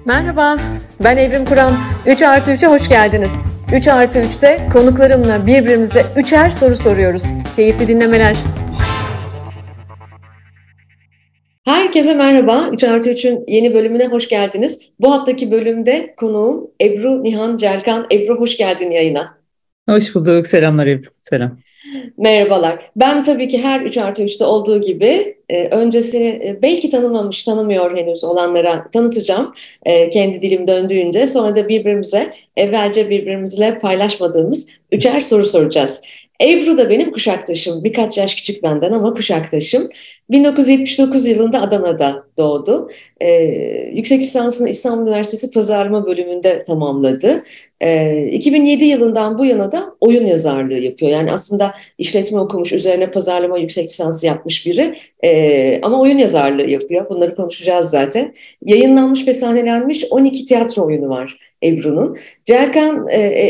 Merhaba, ben Evrim Kur'an. 3 artı 3'e hoş geldiniz. 3 artı 3'te konuklarımla birbirimize üçer soru soruyoruz. Keyifli dinlemeler. Herkese merhaba. 3 artı 3'ün yeni bölümüne hoş geldiniz. Bu haftaki bölümde konuğum Ebru Nihan Celkan. Ebru, hoş geldin yayına. Hoş bulduk. Selamlar Ebru. Selam. Merhabalar. Ben tabii ki her 3 artı 3'te olduğu gibi öncesini belki tanımıyor henüz olanlara tanıtacağım kendi dilim döndüğünce. Sonra da evvelce birbirimizle paylaşmadığımız üçer soru soracağız. Ebru da benim kuşaktaşım. Birkaç yaş küçük benden ama kuşaktaşım. 1979 yılında Adana'da doğdu. Yüksek lisansını İstanbul Üniversitesi Pazarlama bölümünde tamamladı. 2007 yılından bu yana da oyun yazarlığı yapıyor. Yani aslında işletme okumuş, üzerine pazarlama yüksek lisansı yapmış biri. Ama oyun yazarlığı yapıyor. Bunları konuşacağız zaten. Yayınlanmış ve sahnelenmiş 12 tiyatro oyunu var Ebru'nun. Celkan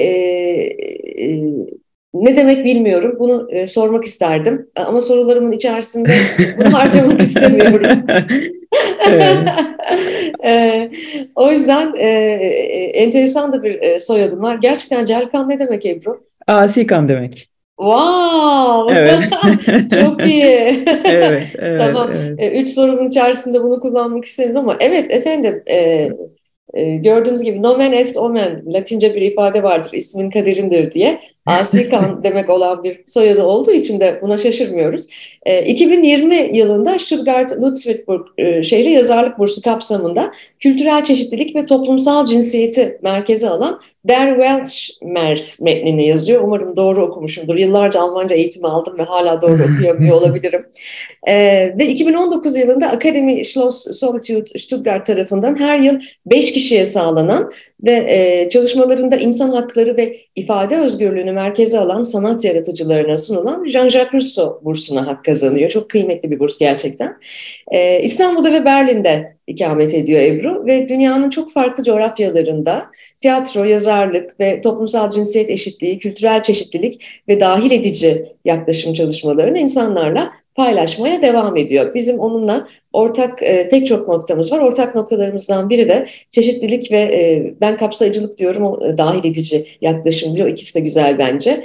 ne demek bilmiyorum. Bunu sormak isterdim. Ama sorularımın içerisinde bunu harcamak istemiyorum. Evet. Ee, O yüzden enteresan da bir soyadın var. Gerçekten Celkan ne demek Ebru? Asikan demek. Wow! Evet. Çok iyi. Evet, evet, Tamam. evet. Üç sorumun içerisinde bunu kullanmak istedim ama evet efendim. Gördüğünüz gibi nomen est omen, Latince bir ifade vardır, ismin kaderindir diye. Asi kan demek olan bir soyadı olduğu için de buna şaşırmıyoruz. 2020 yılında Stuttgart-Ludwigsburg şehri yazarlık bursu kapsamında kültürel çeşitlilik ve toplumsal cinsiyeti merkeze alan Der Weltschmerz metnini yazıyor. Umarım doğru okumuşumdur. Yıllarca Almanca eğitimi aldım ve hala doğru okuyamıyor olabilirim. Ve 2019 yılında Akademi Schloss Solitude Stuttgart tarafından her yıl 5 kişiye sağlanan ve çalışmalarında insan hakları ve ifade özgürlüğünü merkeze alan sanat yaratıcılarına sunulan Jean-Jacques Rousseau bursuna hak kazanıyor. Çok kıymetli bir burs gerçekten. İstanbul'da ve Berlin'de ikamet ediyor Ebru ve dünyanın çok farklı coğrafyalarında tiyatro, yazarlık ve toplumsal cinsiyet eşitliği, kültürel çeşitlilik ve dahil edici yaklaşım çalışmalarını insanlarla paylaşmaya devam ediyor. Bizim onunla ortak pek çok noktamız var. Ortak noktalarımızdan biri de çeşitlilik ve ben kapsayıcılık diyorum, o dahil edici yaklaşım diyor. İkisi de güzel bence.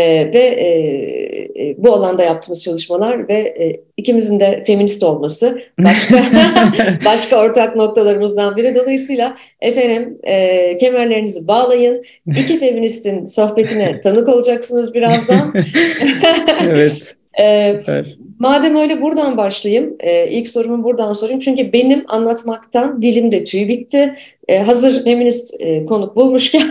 Bu alanda yaptığımız çalışmalar ve ikimizin de feminist olması başka ortak noktalarımızdan biri. Dolayısıyla efendim kemerlerinizi bağlayın. İki feministin sohbetine tanık olacaksınız birazdan. Evet, Ee, süper. Madem öyle buradan başlayayım. İlk sorumu buradan sorayım. Çünkü benim anlatmaktan dilimde tüy bitti. Hazır feminist konuk bulmuşken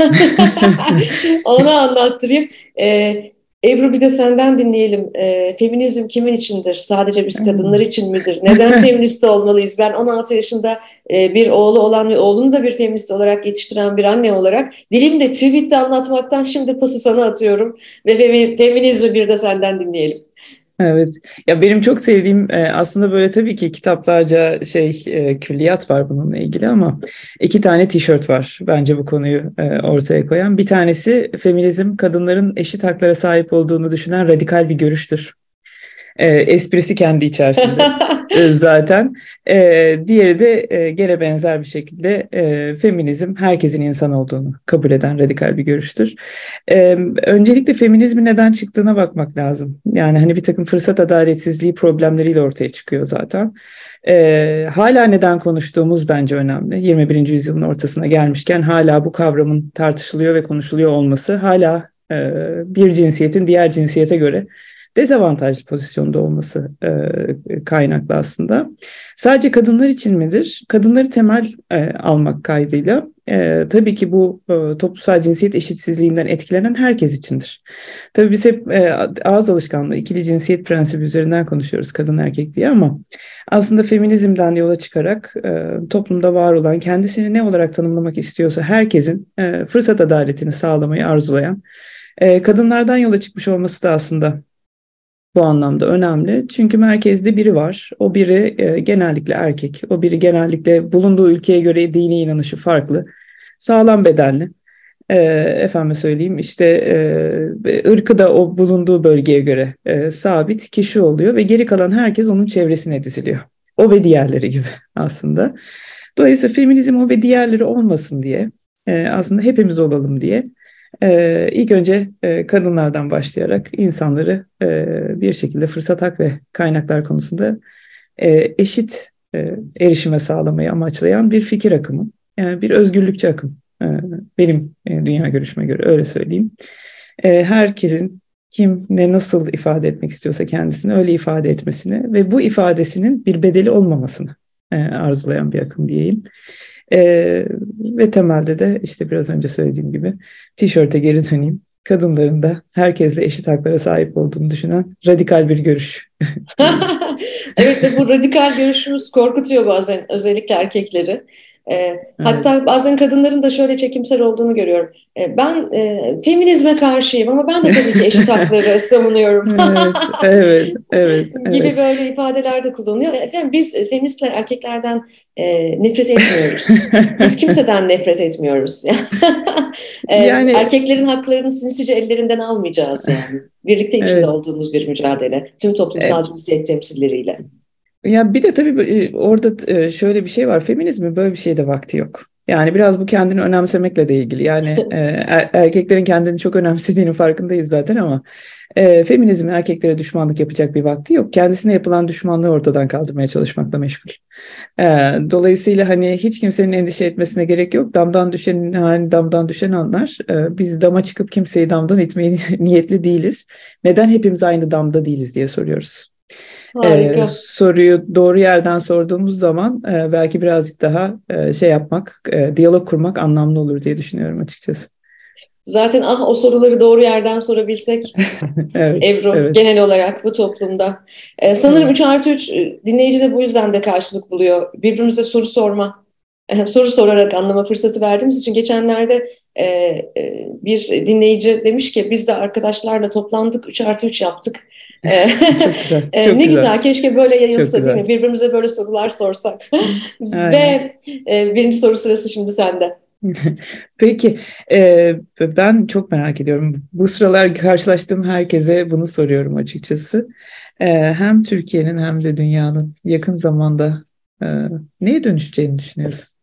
onu anlattırayım. Ebru, bir de senden dinleyelim. Feminizm kimin içindir? Sadece biz kadınlar için midir? Neden feminist olmalıyız? Ben 16 yaşında bir oğlu olan ve oğlunu da bir feminist olarak yetiştiren bir anne olarak dilimde tüy bitti anlatmaktan, şimdi pası sana atıyorum ve feminizmi bir de senden dinleyelim. Evet. Ya benim çok sevdiğim aslında böyle tabii ki kitaplarca külliyat var bununla ilgili ama iki tane tişört var bence bu konuyu ortaya koyan. Bir tanesi feminizm kadınların eşit haklara sahip olduğunu düşünen radikal bir görüştür. Esprisi kendi içerisinde zaten. Diğeri de gene benzer bir şekilde feminizm herkesin insan olduğunu kabul eden radikal bir görüştür. Öncelikle feminizmin neden çıktığına bakmak lazım. Yani hani bir takım fırsat adaletsizliği problemleriyle ortaya çıkıyor zaten. Hala neden konuştuğumuz bence önemli. 21. yüzyılın ortasına gelmişken hala bu kavramın tartışılıyor ve konuşuluyor olması, hala bir cinsiyetin diğer cinsiyete göre dezavantajlı pozisyonda olması kaynaklı aslında. Sadece kadınlar için midir? Kadınları temel almak kaydıyla tabii ki bu toplumsal cinsiyet eşitsizliğinden etkilenen herkes içindir. Tabii biz hep ağız alışkanlığı, ikili cinsiyet prensibi üzerinden konuşuyoruz kadın erkek diye ama aslında feminizmden yola çıkarak toplumda var olan, kendisini ne olarak tanımlamak istiyorsa herkesin fırsat adaletini sağlamayı arzulayan kadınlardan yola çıkmış olması da aslında bu anlamda önemli. Çünkü merkezde biri var. O biri genellikle erkek. O biri genellikle bulunduğu ülkeye göre dini inanışı farklı. Sağlam bedenli. Efendime söyleyeyim işte ırkı da o bulunduğu bölgeye göre sabit kişi oluyor ve geri kalan herkes onun çevresine diziliyor. O ve diğerleri gibi aslında. Dolayısıyla feminizm o ve diğerleri olmasın diye, aslında hepimiz olalım diye ilk önce kadınlardan başlayarak insanları bir şekilde fırsat, hak ve kaynaklar konusunda eşit erişime sağlamayı amaçlayan bir fikir akımı, yani bir özgürlükçü akım. Benim dünya görüşüme göre öyle söyleyeyim. Herkesin kim ne nasıl ifade etmek istiyorsa kendisini öyle ifade etmesini ve bu ifadesinin bir bedeli olmamasını arzulayan bir akım diyeyim. Ve temelde de işte biraz önce söylediğim gibi tişörte geri döneyim. Kadınların da herkesle eşit haklara sahip olduğunu düşünen radikal bir görüş. Evet ve bu radikal görüşümüz korkutuyor bazen özellikle erkekleri. Evet. Hatta bazen kadınların da şöyle çekimser olduğunu görüyorum. Ben feminizme karşıyım ama ben de tabii ki eşit hakları savunuyorum Evet, evet, evet, gibi evet. böyle ifadeler de kullanıyor. Efendim biz feministler erkeklerden nefret etmiyoruz. Biz kimseden nefret etmiyoruz. Yani Erkeklerin haklarını sinsice ellerinden almayacağız yani. Birlikte içinde evet. olduğumuz bir mücadele. Tüm toplumsal cinsiyet temsilleriyle. Ya bir de tabii orada şöyle bir şey var. Feminizmin böyle bir şeyde vakti yok. Yani biraz bu kendini önemsemekle de ilgili. Yani erkeklerin kendini çok önemsediğinin farkındayız zaten ama feminizmin erkeklere düşmanlık yapacak bir vakti yok. Kendisine yapılan düşmanlığı ortadan kaldırmaya çalışmakla meşgul. E, Dolayısıyla hani hiç kimsenin endişe etmesine gerek yok. Damdan düşen hani damdan düşen anlar. Biz dama çıkıp kimseyi damdan itmeye niyetli değiliz. Neden hepimiz aynı damda değiliz diye soruyoruz. Harika. Soruyu doğru yerden sorduğumuz zaman belki birazcık daha şey yapmak, diyalog kurmak anlamlı olur diye düşünüyorum açıkçası. Zaten o soruları doğru yerden sorabilsek Evet, Ebru evet, genel olarak bu toplumda. Sanırım evet. 3+3 dinleyici de bu yüzden de karşılık buluyor. Birbirimize soru sorma, soru sorarak anlama fırsatı verdiğimiz için geçenlerde bir dinleyici demiş ki biz de arkadaşlarla toplandık 3+3 yaptık. E, Çok güzel, çok Ne güzel, güzel keşke böyle çok yayılsa değil güzel. mi? Birbirimize böyle sorular sorsak. Aynen. Ve birinci soru sırası şimdi sende. Peki, ben çok merak ediyorum. Bu sıralar karşılaştığım herkese bunu soruyorum açıkçası. Hem Türkiye'nin hem de dünyanın yakın zamanda e, neye dönüşeceğini düşünüyorsun?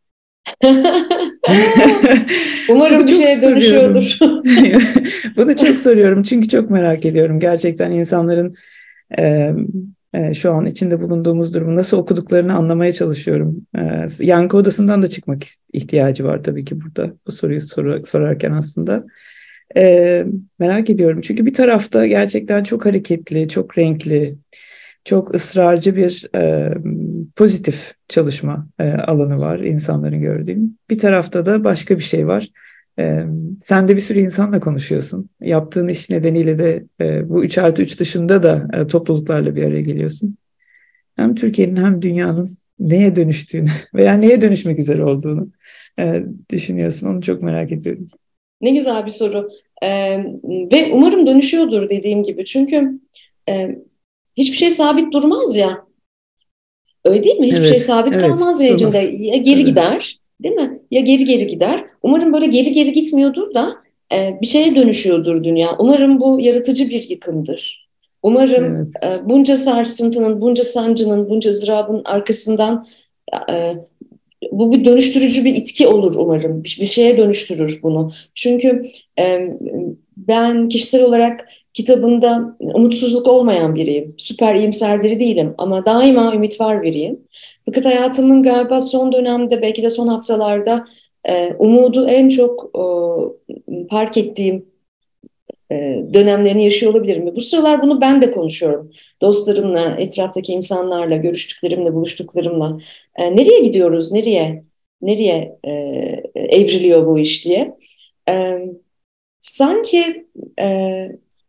Bunu Umarım bir çok şeye soruyorum. dönüşüyordur. Bunu çok soruyorum çünkü çok merak ediyorum. Gerçekten insanların e, şu an içinde bulunduğumuz durumu nasıl okuduklarını anlamaya çalışıyorum. Yankı odasından da çıkmak ihtiyacı var tabii ki burada bu soruyu sorarken aslında. Merak ediyorum çünkü bir tarafta gerçekten çok hareketli, çok renkli, çok ısrarcı bir pozitif çalışma alanı var insanların gördüğüm. Bir tarafta da başka bir şey var. Sen de bir sürü insanla konuşuyorsun. Yaptığın iş nedeniyle de bu 3+3 dışında da topluluklarla bir araya geliyorsun. Hem Türkiye'nin hem dünyanın neye dönüştüğünü veya neye dönüşmek üzere olduğunu düşünüyorsun. Onu çok merak ediyorum. Ne güzel bir soru. Ve umarım dönüşüyordur dediğim gibi. Çünkü e, hiçbir şey sabit durmaz ya. Öyle değil mi? Hiçbir şey Evet, sabit evet. kalmaz rejimde. Durmaz. Ya geri Tabii. gider, değil mi? Ya geri geri gider. Umarım böyle geri geri gitmiyordur da bir şeye dönüşüyordur dünya. Umarım bu yaratıcı bir yıkımdır. Umarım Evet. bunca sarsıntının, bunca sancının, bunca ızdırabın arkasından e, bu bir dönüştürücü bir itki olur umarım. Bir şeye dönüştürür bunu. Çünkü e, ben kişisel olarak kitabında umutsuzluk olmayan biriyim. Süper iyimser biri değilim ama daima ümit var biriyim. Fakat hayatımın galiba son dönemde belki de son haftalarda umudu en çok fark ettiğim dönemlerini yaşıyor olabilirim. Bu sıralar bunu ben de konuşuyorum. Dostlarımla, etraftaki insanlarla, görüştüklerimle, buluştuklarımla. Nereye gidiyoruz, nereye evriliyor bu iş diye. E, sanki e,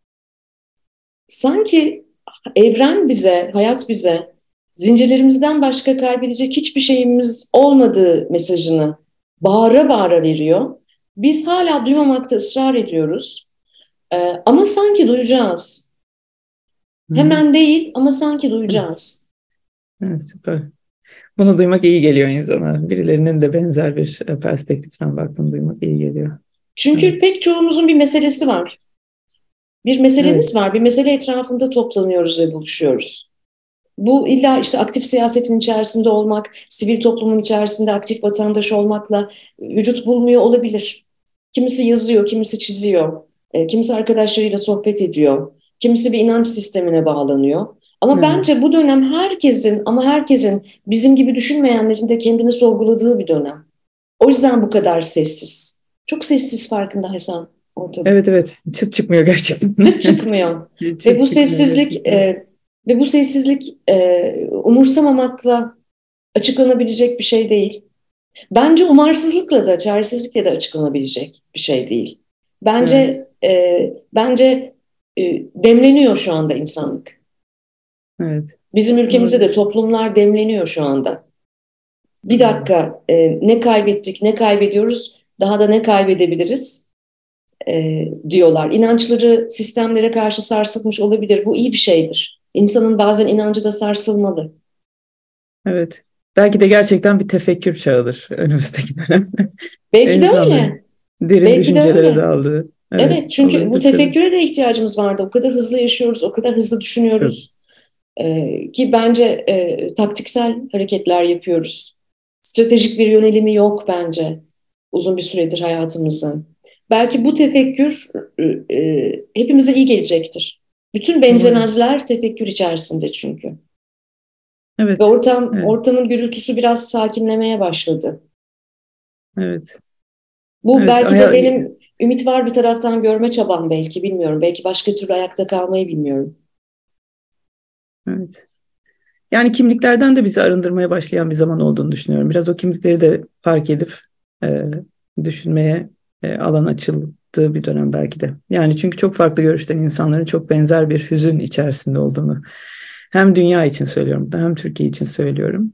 sanki evren bize, hayat bize zincirlerimizden başka kaybedecek hiçbir şeyimiz olmadığı mesajını bağıra bağıra veriyor. Biz hala duymamakta ısrar ediyoruz. Ama sanki duyacağız. Hı hı. Hemen değil ama sanki duyacağız. Evet, süper. Bunu duymak iyi geliyor insana. Birilerinin de benzer bir perspektiften baktığını duymak iyi geliyor. Çünkü Evet. pek çoğumuzun bir meselesi var. Bir meselemiz Evet. var. Bir mesele etrafında toplanıyoruz ve buluşuyoruz. Bu illa işte aktif siyasetin içerisinde olmak, sivil toplumun içerisinde aktif vatandaş olmakla vücut bulmuyor olabilir. Kimisi yazıyor, kimisi çiziyor, kimisi arkadaşlarıyla sohbet ediyor, kimisi bir inanç sistemine bağlanıyor. Ama Evet. bence bu dönem herkesin bizim gibi düşünmeyenlerin de kendini sorguladığı bir dönem. O yüzden bu kadar sessiz. Çok sessiz farkındaysan Evet, ortalık. evet. Çıt çıkmıyor gerçekten. Çıt çıkmıyor. Ve Çıt bu çıkmıyor sessizlik gerçekten. umursamamakla açıklanabilecek bir şey değil. Bence umarsızlıkla da, çaresizlikle de açıklanabilecek bir şey değil. Evet, Bence demleniyor şu anda insanlık. evet. Bizim ülkemizde de Doğrudur. toplumlar demleniyor şu anda. Bir Doğru. dakika, ne kaybettik, ne kaybediyoruz, daha da ne kaybedebiliriz diyorlar. İnançları sistemlere karşı sarsılmış olabilir. Bu iyi bir şeydir. İnsanın bazen inancı da sarsılmalı. Evet. Belki de gerçekten bir tefekkür çağıdır önümüzdeki dönem. Belki de İnsanların öyle. derin Belki de düşüncelere öyle. daldığı. Evet, Evet, çünkü bu olabilir tabii. tefekküre de ihtiyacımız vardı. O kadar hızlı yaşıyoruz, o kadar hızlı Çok. düşünüyoruz ki bence taktiksel hareketler yapıyoruz. Stratejik bir yönelimi yok bence uzun bir süredir hayatımızın. Belki bu tefekkür hepimize iyi gelecektir. Bütün Doğru. benzemezler tefekkür içerisinde çünkü. Ve Evet. Evet. ortamın gürültüsü biraz sakinlemeye başladı. Evet. Bu Evet. belki de benim ümit var bir taraftan görme çabam belki bilmiyorum. Belki başka türlü ayakta kalmayı bilmiyorum. Evet. Yani kimliklerden de bizi arındırmaya başlayan bir zaman olduğunu düşünüyorum. Biraz o kimlikleri de fark edip e, düşünmeye alan açıldığı bir dönem belki de. Yani çünkü çok farklı görüşten insanların çok benzer bir hüzün içerisinde olduğunu hem dünya için söylüyorum hem Türkiye için söylüyorum.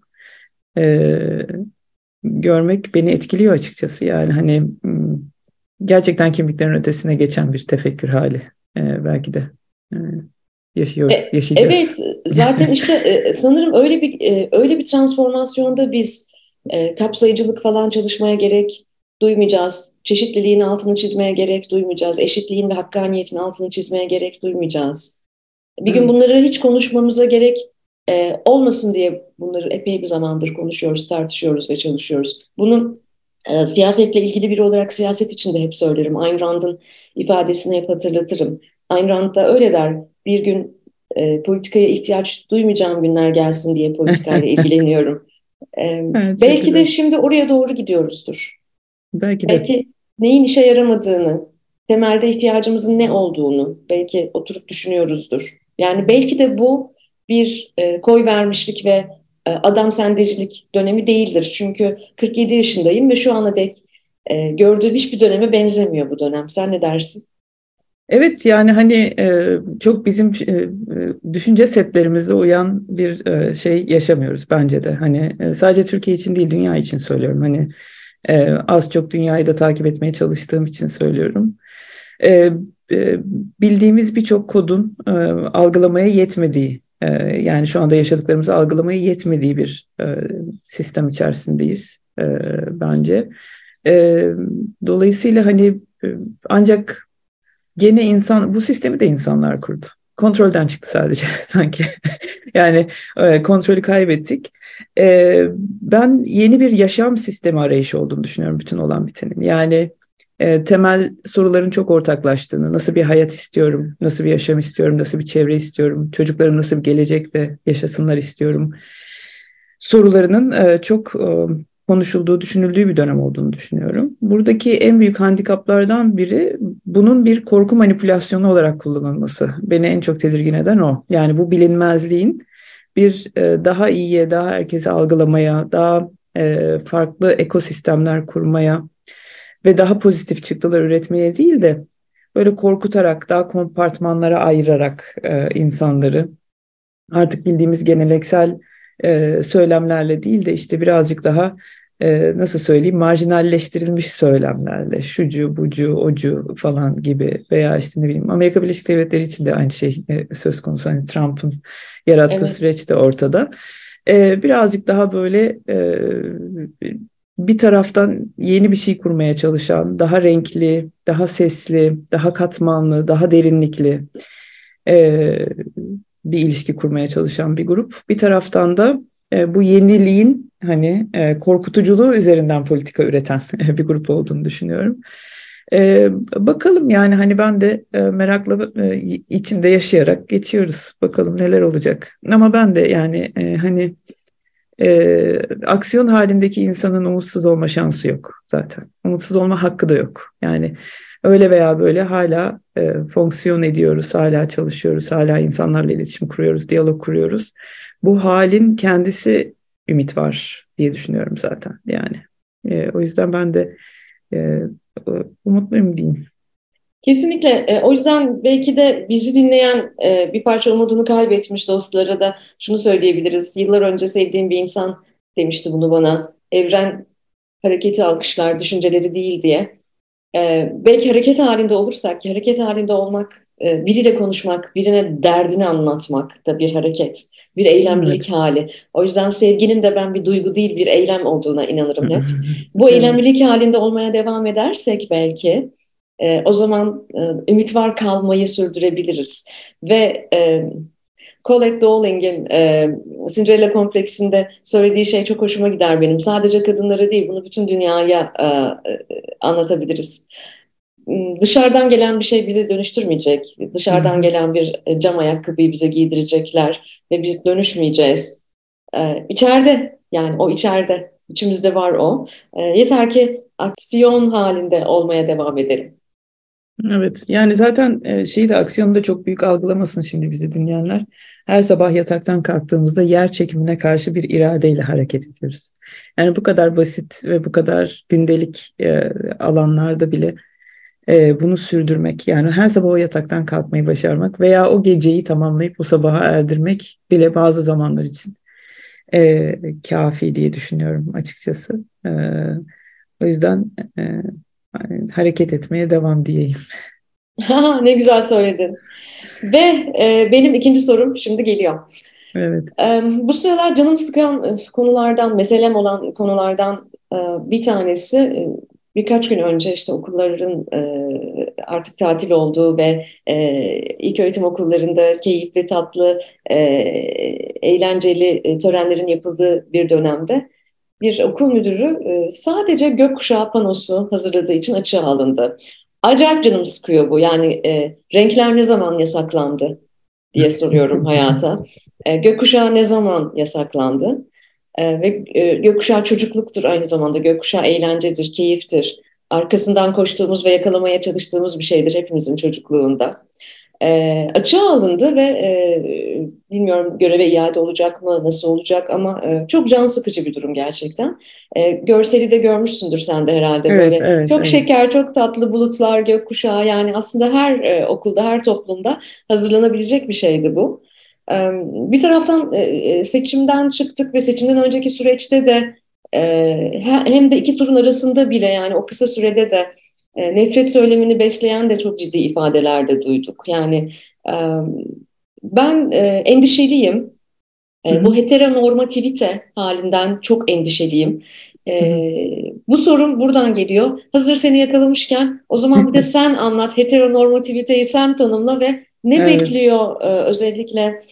E, Görmek beni etkiliyor açıkçası. Yani hani gerçekten kimliklerin ötesine geçen bir tefekkür hali belki de e, yaşayacağız. Evet, zaten işte sanırım öyle bir transformasyonda biz kapsayıcılık falan çalışmaya gerek duymayacağız. Çeşitliliğin altını çizmeye gerek duymayacağız. Eşitliğin ve hakkaniyetin altını çizmeye gerek duymayacağız. Bir gün Evet, bunları hiç konuşmamıza gerek olmasın diye bunları epey bir zamandır konuşuyoruz, tartışıyoruz ve çalışıyoruz. Bunu siyasetle ilgili biri olarak siyaset için de hep söylerim. Ayn Rand'ın ifadesini hep hatırlatırım. Ayn Rand da öyle der. Bir gün politikaya ihtiyaç duymayacağım günler gelsin diye politikayla ilgileniyorum. evet, çok Belki de güzel. şimdi oraya doğru gidiyoruzdur. Belki de. Belki neyin işe yaramadığını, temelde ihtiyacımızın ne olduğunu belki oturup düşünüyoruzdur. Yani belki de bu bir koy vermişlik ve adam sendecilik dönemi değildir. Çünkü 47 yaşındayım ve şu ana dek gördüğüm hiçbir döneme benzemiyor bu dönem. Sen ne dersin? Evet yani hani çok bizim düşünce setlerimizde uyan bir şey yaşamıyoruz bence de. Hani sadece Türkiye için değil dünya için söylüyorum. Hani az çok dünyayı da takip etmeye çalıştığım için söylüyorum. E, e, Bildiğimiz birçok kodun algılamaya yetmediği, yani şu anda yaşadıklarımızı algılamaya yetmediği bir sistem içerisindeyiz bence. E, Dolayısıyla hani ancak gene insan bu sistemi de insanlar kurdu. Kontrolden çıktı sadece sanki. Yani kontrolü kaybettik. Ben yeni bir yaşam sistemi arayışı olduğunu düşünüyorum bütün olan bitenin. Yani temel soruların çok ortaklaştığını, nasıl bir hayat istiyorum, nasıl bir yaşam istiyorum, nasıl bir çevre istiyorum, çocuklarım nasıl bir gelecekte yaşasınlar istiyorum sorularının çok konuşulduğu, düşünüldüğü bir dönem olduğunu düşünüyorum. Buradaki en büyük handikaplardan biri bunun bir korku manipülasyonu olarak kullanılması. Beni en çok tedirgin eden o. Yani bu bilinmezliğin bir daha iyiye, daha herkese algılamaya, daha farklı ekosistemler kurmaya ve daha pozitif çıktılar üretmeye değil de böyle korkutarak, daha kompartmanlara ayırarak insanları artık bildiğimiz geleneksel söylemlerle değil de işte birazcık daha nasıl söyleyeyim marjinalleştirilmiş söylemlerle şucu, bucu, ocu falan gibi veya işte ne bileyim Amerika Birleşik Devletleri için de aynı şey söz konusu. Hani Trump'ın yarattığı Evet. süreç de ortada. Birazcık daha böyle bir taraftan yeni bir şey kurmaya çalışan, daha renkli, daha sesli, daha katmanlı, daha derinlikli e, bir ilişki kurmaya çalışan bir grup. Bir taraftan da bu yeniliğin hani korkutuculuğu üzerinden politika üreten bir grup olduğunu düşünüyorum. Bakalım yani hani ben de merakla içinde yaşayarak geçiyoruz. Bakalım neler olacak. Ama ben de yani hani aksiyon halindeki insanın umutsuz olma şansı yok zaten. Umutsuz olma hakkı da yok. Yani öyle veya böyle hala fonksiyon ediyoruz, hala çalışıyoruz, hala insanlarla iletişim kuruyoruz, diyalog kuruyoruz. Bu halin kendisi ümit var diye düşünüyorum zaten yani. O yüzden ben de e, umutluyum diyeyim. Kesinlikle. O yüzden belki de bizi dinleyen bir parça umudunu kaybetmiş dostlara da şunu söyleyebiliriz. Yıllar önce sevdiğim bir insan demişti bunu bana. Evren hareketi alkışlar, düşünceleri değil diye. Belki hareket halinde olursak ki hareket halinde olmak, biriyle konuşmak, birine derdini anlatmak da bir hareket, bir eylemlilik Evet. hali. O yüzden sevginin de ben bir duygu değil bir eylem olduğuna inanırım hep. Bu Evet. eylemlilik halinde olmaya devam edersek belki o zaman ümit var kalmayı sürdürebiliriz. Ve Colette Dowling'in Cinderella Kompleksinde söylediği şey çok hoşuma gider benim. Sadece kadınlara değil, bunu bütün dünyaya anlatabiliriz. Dışarıdan gelen bir şey bizi dönüştürmeyecek. Hı Dışarıdan hı. gelen bir cam ayakkabıyı bize giydirecekler ve biz dönüşmeyeceğiz. İçeride, yani o içeride, içimizde var o. Yeter ki aksiyon halinde olmaya devam edelim. Evet, yani zaten şeyi de aksiyonu da çok büyük algılamasın şimdi bizi dinleyenler. Her sabah yataktan kalktığımızda yer çekimine karşı bir iradeyle hareket ediyoruz. Yani bu kadar basit ve bu kadar gündelik alanlarda bile bunu sürdürmek, yani her sabah o yataktan kalkmayı başarmak veya o geceyi tamamlayıp o sabaha erdirmek bile bazı zamanlar için kafi diye düşünüyorum açıkçası. O yüzden hani hareket etmeye devam diyeyim. Ne güzel söyledin. Ve benim ikinci sorum şimdi geliyor. Evet. Bu sıralar canım sıkan konulardan, meselem olan konulardan bir tanesi birkaç gün önce işte okulların artık tatil olduğu ve ilköğretim okullarında keyifli, tatlı, eğlenceli törenlerin yapıldığı bir dönemde bir okul müdürü sadece gökkuşağı panosu hazırladığı için açığa alındı. Acayip canım sıkıyor bu. Yani renkler ne zaman yasaklandı diye soruyorum hayata. Gökkuşağı ne zaman yasaklandı? Ve gökkuşağı çocukluktur aynı zamanda. Gökkuşağı eğlencedir, keyiftir. Arkasından koştuğumuz ve yakalamaya çalıştığımız bir şeydir hepimizin çocukluğunda. Açığa alındı ve bilmiyorum göreve iade olacak mı, nasıl olacak ama çok can sıkıcı bir durum gerçekten. Görseli de görmüşsündür sen de herhalde Evet, böyle evet, çok evet. şeker, çok tatlı bulutlar, gökkuşağı yani aslında her okulda, her toplumda hazırlanabilecek bir şeydi bu. Bir taraftan seçimden çıktık ve seçimden önceki süreçte de hem de iki turun arasında bile yani o kısa sürede de nefret söylemini besleyen de çok ciddi ifadeler de duyduk. Yani e, ben endişeliyim. Hı hı, Bu heteronormativite halinden çok endişeliyim. hı hı. Bu sorun buradan geliyor. Hazır seni yakalamışken o zaman bir de sen anlat. Heteronormativiteyi sen tanımla ve ne Evet. bekliyor özellikle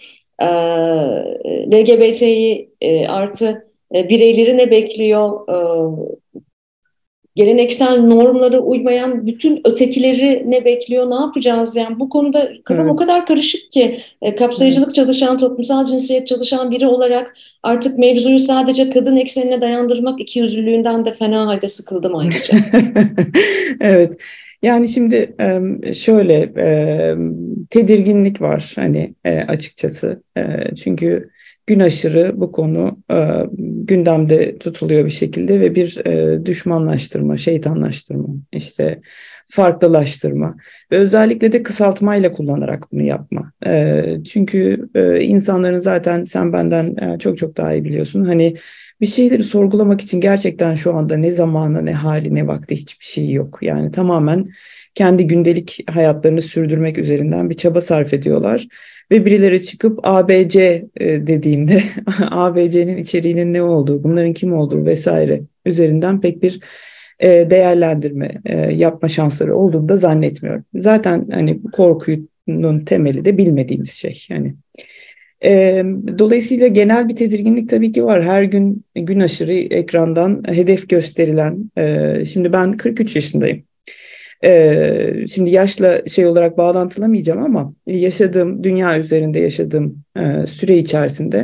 LGBTİ artı bireyleri ne bekliyor? Geleneksel normlara uymayan bütün ötekileri ne bekliyor, ne yapacağız? Yani bu konuda kafam o Evet. kadar karışık ki Evet. kapsayıcılık çalışan, toplumsal cinsiyet çalışan biri olarak artık mevzuyu sadece kadın eksenine dayandırmak ikiyüzlülüğünden de fena halde sıkıldım ayrıca. Evet. Yani şimdi şöyle tedirginlik var hani açıkçası. Çünkü gün aşırı bu konu gündemde tutuluyor bir şekilde ve bir düşmanlaştırma, şeytanlaştırma, işte farklılaştırma ve özellikle de kısaltmayla kullanarak bunu yapma. Çünkü insanların zaten sen benden çok çok daha iyi biliyorsun. Hani bir şeyleri sorgulamak için gerçekten şu anda ne zamanı, ne hali, ne vakti hiçbir şey yok. Yani tamamen kendi gündelik hayatlarını sürdürmek üzerinden bir çaba sarf ediyorlar. Ve birileri çıkıp ABC dediğinde ABC'nin içeriğinin ne olduğu, bunların kim olduğu vesaire üzerinden pek bir değerlendirme yapma şansları olduğunu da zannetmiyorum. Zaten hani korkunun temeli de bilmediğimiz şey. Yani Dolayısıyla genel bir tedirginlik tabii ki var. Her gün gün aşırı ekrandan hedef gösterilen, şimdi ben 43 yaşındayım. Şimdi yaşla şey olarak bağlantılamayacağım ama yaşadığım, dünya üzerinde yaşadığım süre içerisinde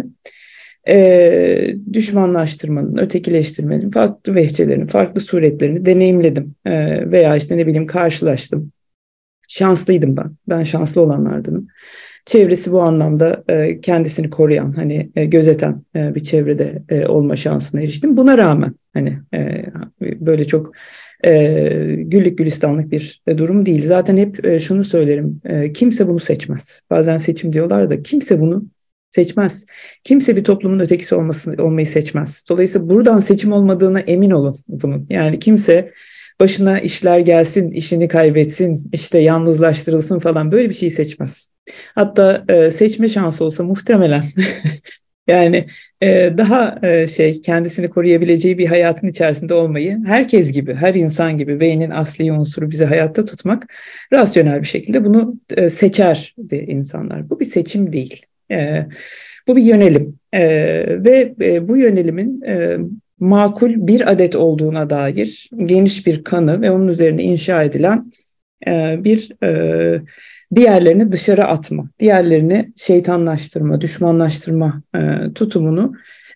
düşmanlaştırmanın, ötekileştirmenin farklı vehçelerini, farklı suretlerini deneyimledim. Veya işte ne bileyim karşılaştım. Şanslıydım ben. Ben şanslı olanlardanım. Çevresi bu anlamda kendisini koruyan, hani gözeten bir çevrede olma şansına eriştim. Buna rağmen hani böyle çok güllük gülistanlık bir durum değil. Zaten hep şunu söylerim, kimse bunu seçmez. Bazen seçim diyorlar da kimse bunu seçmez. Kimse bir toplumun ötekisi olmayı seçmez. Dolayısıyla buradan seçim olmadığına emin olun bunun. Yani kimse başına işler gelsin, işini kaybetsin, işte yalnızlaştırılsın falan böyle bir şey seçmez. Hatta seçme şansı olsa muhtemelen yani daha kendisini koruyabileceği bir hayatın içerisinde olmayı herkes gibi, her insan gibi beynin asli unsuru bizi hayatta tutmak rasyonel bir şekilde bunu seçer de insanlar. Bu bir seçim değil. Bu bir yönelim ve bu yönelimin makul bir adet olduğuna dair geniş bir kanı ve onun üzerine inşa edilen bir diğerlerini dışarı atma, diğerlerini şeytanlaştırma, düşmanlaştırma tutumunu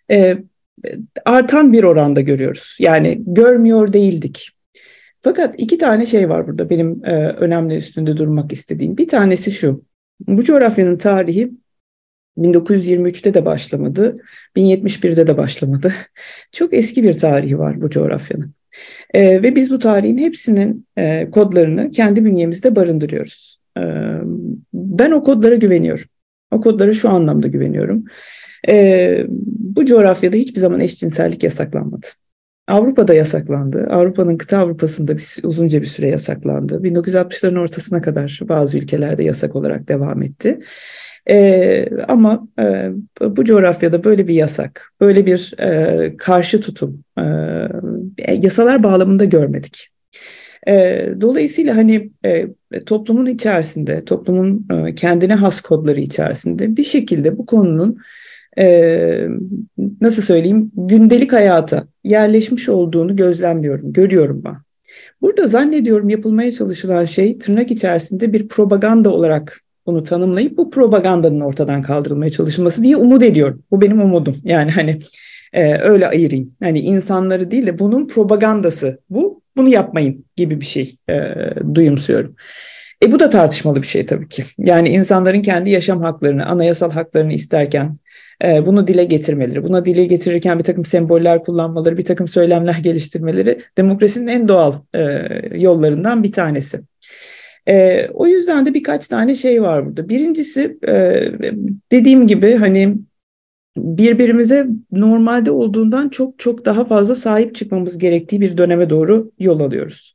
artan bir oranda görüyoruz. Yani görmüyor değildik. Fakat iki tane şey var burada benim önemli üstünde durmak istediğim. Bir tanesi şu, bu coğrafyanın tarihi 1923'te de başlamadı, 1071'de de başlamadı. Çok eski bir tarihi var bu coğrafyanın. Ve biz bu tarihin hepsinin kodlarını kendi bünyemizde barındırıyoruz. Ben o kodlara güveniyorum. O kodlara şu anlamda güveniyorum. Bu coğrafyada hiçbir zaman eşcinsellik yasaklanmadı. Avrupa'da yasaklandı. Avrupa'nın kıta Avrupa'sında uzunca bir süre yasaklandı. 1960'ların ortasına kadar bazı ülkelerde yasak olarak devam etti. Ama bu coğrafyada böyle bir yasak, böyle bir karşı tutum yasalar bağlamında görmedik. Dolayısıyla hani toplumun içerisinde, toplumun kendine has kodları içerisinde bir şekilde bu konunun nasıl söyleyeyim gündelik hayata yerleşmiş olduğunu gözlemliyorum, görüyorum ben. Burada zannediyorum yapılmaya çalışılan şey tırnak içerisinde bir propaganda olarak bunu tanımlayıp bu propagandanın ortadan kaldırılmaya çalışılması diye umut ediyorum. Bu benim umudum. Yani hani öyle ayırayım. Hani insanları değil de bunun propagandası bu. Bunu yapmayın gibi bir şey duyumsuyorum. Bu da tartışmalı bir şey tabii ki. Yani insanların kendi yaşam haklarını, anayasal haklarını isterken bunu dile getirmeleri, buna dile getirirken bir takım semboller kullanmaları, bir takım söylemler geliştirmeleri demokrasinin en doğal yollarından bir tanesi. O yüzden de birkaç tane şey var burada. Birincisi dediğim gibi hani birbirimize normalde olduğundan çok çok daha fazla sahip çıkmamız gerektiği bir döneme doğru yol alıyoruz.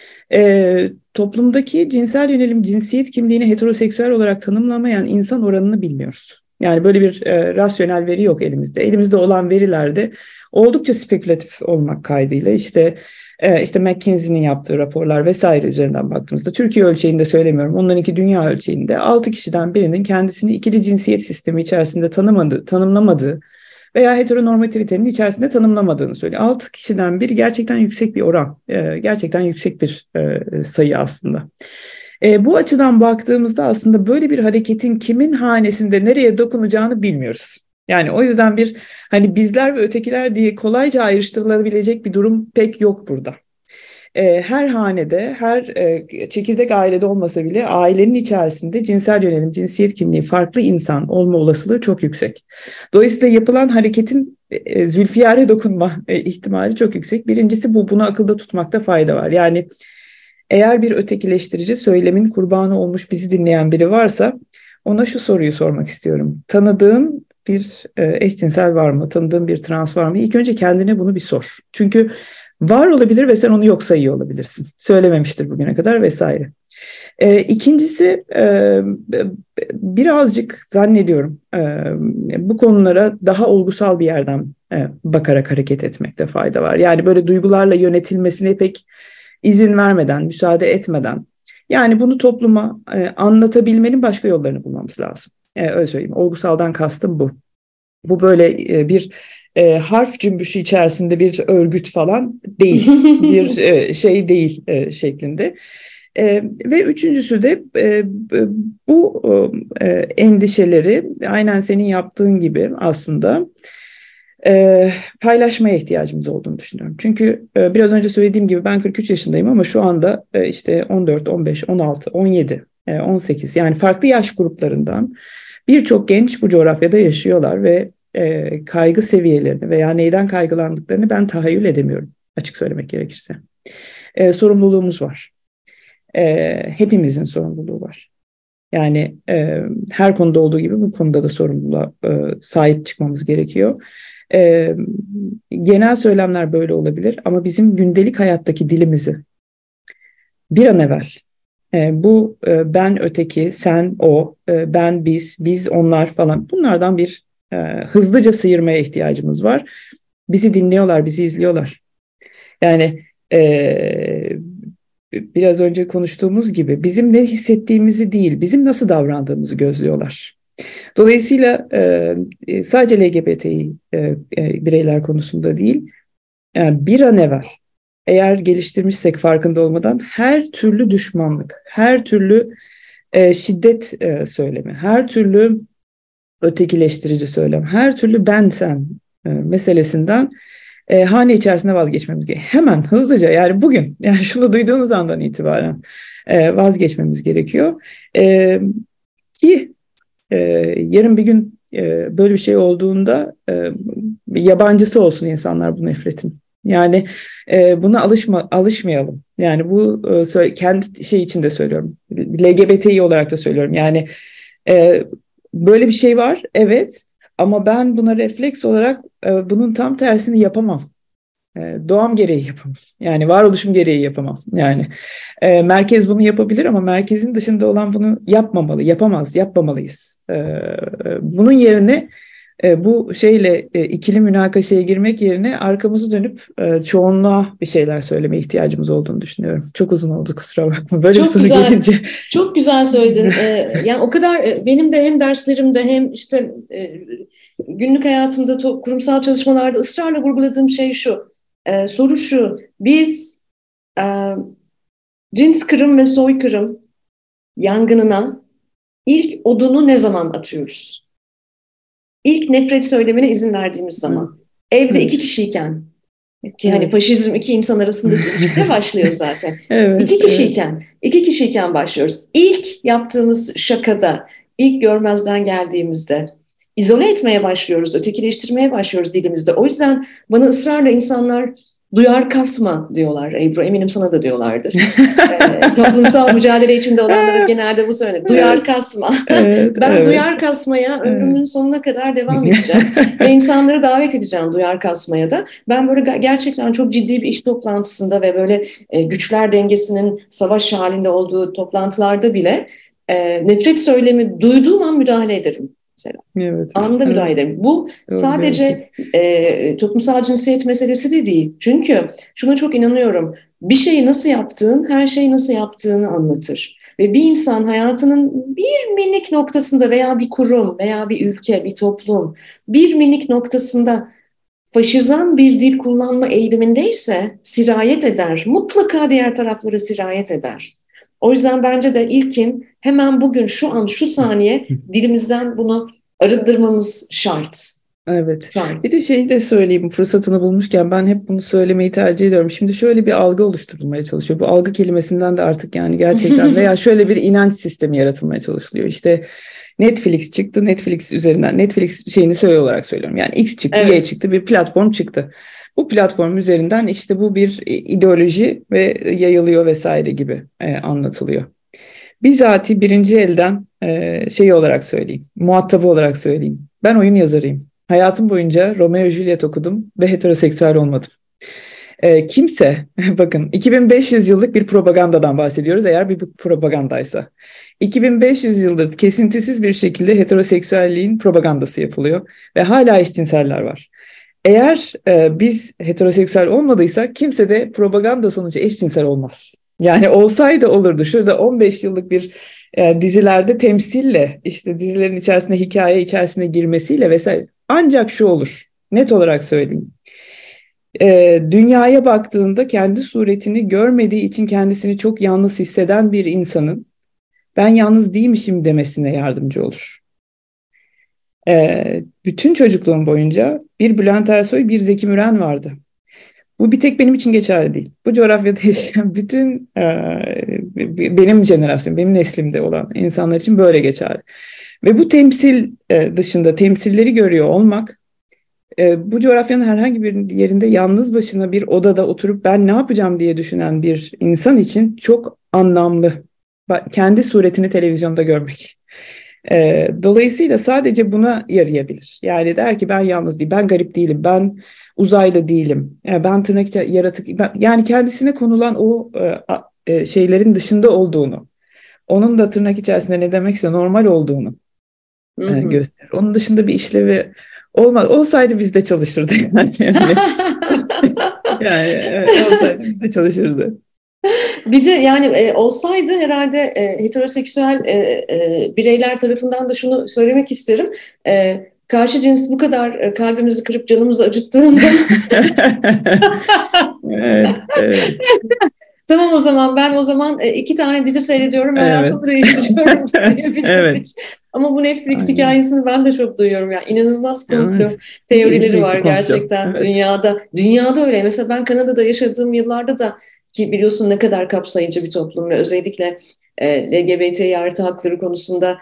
Toplumdaki cinsel yönelim, cinsiyet kimliğini heteroseksüel olarak tanımlamayan insan oranını bilmiyoruz. Yani böyle bir rasyonel veri yok elimizde. Elimizde olan verilerde oldukça spekülatif olmak kaydıyla işte McKinsey'nin yaptığı raporlar vesaire üzerinden baktığımızda Türkiye ölçeğinde söylemiyorum. Onlarınki dünya ölçeğinde 6 kişiden birinin kendisini ikili cinsiyet sistemi içerisinde tanımlamadığı veya heteronormativitenin içerisinde tanımlamadığını söylüyor. 6 kişiden biri gerçekten yüksek bir oran, gerçekten yüksek bir sayı aslında. Bu açıdan baktığımızda aslında böyle bir hareketin kimin hanesinde nereye dokunacağını bilmiyoruz. Yani o yüzden bir hani bizler ve ötekiler diye kolayca ayrıştırılabilecek bir durum pek yok burada. Her hanede, her çekirdek ailede olmasa bile ailenin içerisinde cinsel yönelim, cinsiyet kimliği farklı insan olma olasılığı çok yüksek. Dolayısıyla yapılan hareketin zülfiyare dokunma ihtimali çok yüksek. Birincisi bunu akılda tutmakta fayda var. Yani eğer bir ötekileştirici söylemin kurbanı olmuş bizi dinleyen biri varsa ona şu soruyu sormak istiyorum. Tanıdığın bir eşcinsel var mı? Tanıdığın bir trans var mı? İlk önce kendine bunu bir sor. Çünkü var olabilir ve sen onu yok sayıyor olabilirsin. Söylememiştir bugüne kadar vesaire. İkincisi birazcık zannediyorum bu konulara daha olgusal bir yerden bakarak hareket etmekte fayda var. Yani böyle duygularla yönetilmesine pek izin vermeden, müsaade etmeden yani bunu topluma anlatabilmenin başka yollarını bulmamız lazım. Öyle söyleyeyim. Olgusaldan kastım bu. Bu böyle bir harf cümbüşü içerisinde bir örgüt falan değil. Bir şey değil şeklinde. Ve üçüncüsü de bu endişeleri aynen senin yaptığın gibi aslında paylaşmaya ihtiyacımız olduğunu düşünüyorum. Çünkü biraz önce söylediğim gibi ben 43 yaşındayım ama şu anda işte 14, 15, 16, 17, 18 yani farklı yaş gruplarından birçok genç bu coğrafyada yaşıyorlar ve kaygı seviyelerini veya neyden kaygılandıklarını ben tahayyül edemiyorum, açık söylemek gerekirse. Sorumluluğumuz var. Hepimizin sorumluluğu var. Yani her konuda olduğu gibi bu konuda da sorumluluğa sahip çıkmamız gerekiyor. Genel söylemler böyle olabilir ama bizim gündelik hayattaki dilimizi bir an evvel bu ben öteki, sen o, ben biz onlar falan bunlardan bir hızlıca sıyırmaya ihtiyacımız var. Bizi dinliyorlar, bizi izliyorlar. Yani biraz önce konuştuğumuz gibi bizim ne hissettiğimizi değil, bizim nasıl davrandığımızı gözlüyorlar. Dolayısıyla sadece LGBTİ bireyler konusunda değil, yani bir an evvel eğer geliştirmişsek farkında olmadan her türlü düşmanlık, her türlü şiddet söylemi, her türlü ötekileştirici söylem, her türlü ben sen meselesinden hane içerisinde vazgeçmemiz gerekiyor. Hemen hızlıca yani bugün yani şunu duyduğunuz andan itibaren vazgeçmemiz gerekiyor. Ki yarın bir gün böyle bir şey olduğunda yabancısı olsun insanlar bu nefretin. Yani buna alışmayalım. Yani bu kendi şey için de söylüyorum. LGBTİ olarak da söylüyorum. Yani böyle bir şey var, evet. Ama ben buna refleks olarak bunun tam tersini yapamam. Doğam gereği yapamam. Yani varoluşum gereği yapamam. Yani merkez bunu yapabilir ama merkezin dışında olan bunu yapmamalı, yapamaz, yapmamalıyız. Bunun yerine bu şeyle ikili münakaşaya girmek yerine arkamızı dönüp çoğunluğa bir şeyler söylemeye ihtiyacımız olduğunu düşünüyorum. Çok uzun oldu, kusura bakma. Böyle çok bir soru güzel, gelince. çok güzel söyledin. Yani o kadar benim de hem derslerimde hem işte günlük hayatımda kurumsal çalışmalarda ısrarla vurguladığım şey şu. Soru şu. Biz e, cins kırım ve soykırım yangınına ilk odunu ne zaman atıyoruz? İlk nefret söylemine izin verdiğimiz zaman. Evet. Evde Evet. iki kişiyken ki hani Evet. faşizm iki insan arasındaki ilişkide başlıyor zaten. Evet, İki evet. kişiyken, iki kişiyken başlıyoruz. İlk yaptığımız şakada, ilk görmezden geldiğimizde izole etmeye başlıyoruz, ötekileştirmeye başlıyoruz dilimizde. O yüzden bana ısrarla insanlar duyar kasma diyorlar Ebru. Eminim sana da diyorlardır. Toplumsal mücadele içinde olanlara genelde bu söylenir. Duyar Evet, kasma. evet, Ben evet, duyar kasmaya evet. ömrümün sonuna kadar devam edeceğim. Ve insanları davet edeceğim duyar kasmaya da. Ben böyle gerçekten çok ciddi bir iş toplantısında ve böyle güçler dengesinin savaş halinde olduğu toplantılarda bile nefret söylemi duyduğum an müdahale ederim mesela. Evet, Anında müdahale evet. ederim. Bu Doğru bir hareket. sadece toplumsal cinsiyet meselesi de değil. Çünkü şuna çok inanıyorum. Bir şeyi nasıl yaptığın, her şeyi nasıl yaptığını anlatır. Ve bir insan hayatının bir minik noktasında veya bir kurum veya bir ülke, bir toplum, bir minik noktasında faşizan bir dil kullanma eğilimindeyse sirayet eder. Mutlaka diğer taraflara sirayet eder. O yüzden bence de ilkin hemen bugün, şu an, şu saniye dilimizden bunu arındırmamız şart. Evet. Şart. Bir de şeyi de söyleyeyim, fırsatını bulmuşken ben hep bunu söylemeyi tercih ediyorum. Şimdi şöyle bir algı oluşturulmaya çalışıyor. Bu algı kelimesinden de artık yani gerçekten veya şöyle bir inanç sistemi yaratılmaya çalışılıyor. İşte Netflix çıktı. Netflix üzerinden Netflix şeyini söyle olarak söylüyorum. Yani X çıktı, Y Evet. çıktı, bir platform çıktı. Bu platform üzerinden işte bu bir ideoloji ve yayılıyor vesaire gibi anlatılıyor. Bizatihi birinci elden şey olarak söyleyeyim, muhatabı olarak söyleyeyim. Ben oyun yazarıyım. Hayatım boyunca Romeo Juliet okudum ve heteroseksüel olmadım. Kimse, bakın 2500 yıllık bir propagandadan bahsediyoruz eğer bir propagandaysa. 2500 yıldır kesintisiz bir şekilde heteroseksüelliğin propagandası yapılıyor ve hala eşcinseller var. Eğer biz heteroseksüel olmadıysak kimse de propaganda sonucu eşcinsel olmaz. Yani olsaydı olurdu. Şurada 15 yıllık bir dizilerde temsille, işte dizilerin içerisine, hikaye içerisine girmesiyle vesaire. Ancak şu olur. Net olarak söyleyeyim. Dünyaya baktığında kendi suretini görmediği için kendisini çok yalnız hisseden bir insanın ben yalnız değilmişim demesine yardımcı olur. Bütün çocukluğum boyunca bir Bülent Ersoy, bir Zeki Müren vardı. Bu bir tek benim için geçerli değil. Bu coğrafyada yaşayan bütün benim jenerasyonum, benim neslimde olan insanlar için böyle geçerli. Ve bu temsil dışında temsilleri görüyor olmak, bu coğrafyanın herhangi bir yerinde yalnız başına bir odada oturup ben ne yapacağım diye düşünen bir insan için çok anlamlı. Kendi suretini televizyonda görmek. Dolayısıyla sadece buna yarayabilir. Yani der ki ben yalnız değilim, ben garip değilim, ben uzaylı değilim, ben tırnak içi yaratık, yani kendisine konulan o şeylerin dışında olduğunu, onun da tırnak içerisinde ne demekse normal olduğunu gösterir. Onun dışında bir işlevi olmaz. Olsaydı bizde çalışırdı yani olsaydı bizde çalışırdı. Bir de yani olsaydı herhalde heteroseksüel bireyler tarafından da şunu söylemek isterim. Karşı cins bu kadar kalbimizi kırıp canımızı acıttığında evet, evet. Tamam o zaman ben o zaman 2 tane dizi seyrediyorum ve Evet. hayatımı değiştiriyorum diyebilirdik. Evet. Ama bu Netflix Aynen. hikayesini ben de çok duyuyorum. Yani inanılmaz komplo Evet. teorileri Büyük var bir komplo. gerçekten Evet. dünyada. Dünyada öyle. Mesela ben Kanada'da yaşadığım yıllarda da ki biliyorsun ne kadar kapsayıcı bir toplum ve özellikle LGBT artı hakları konusunda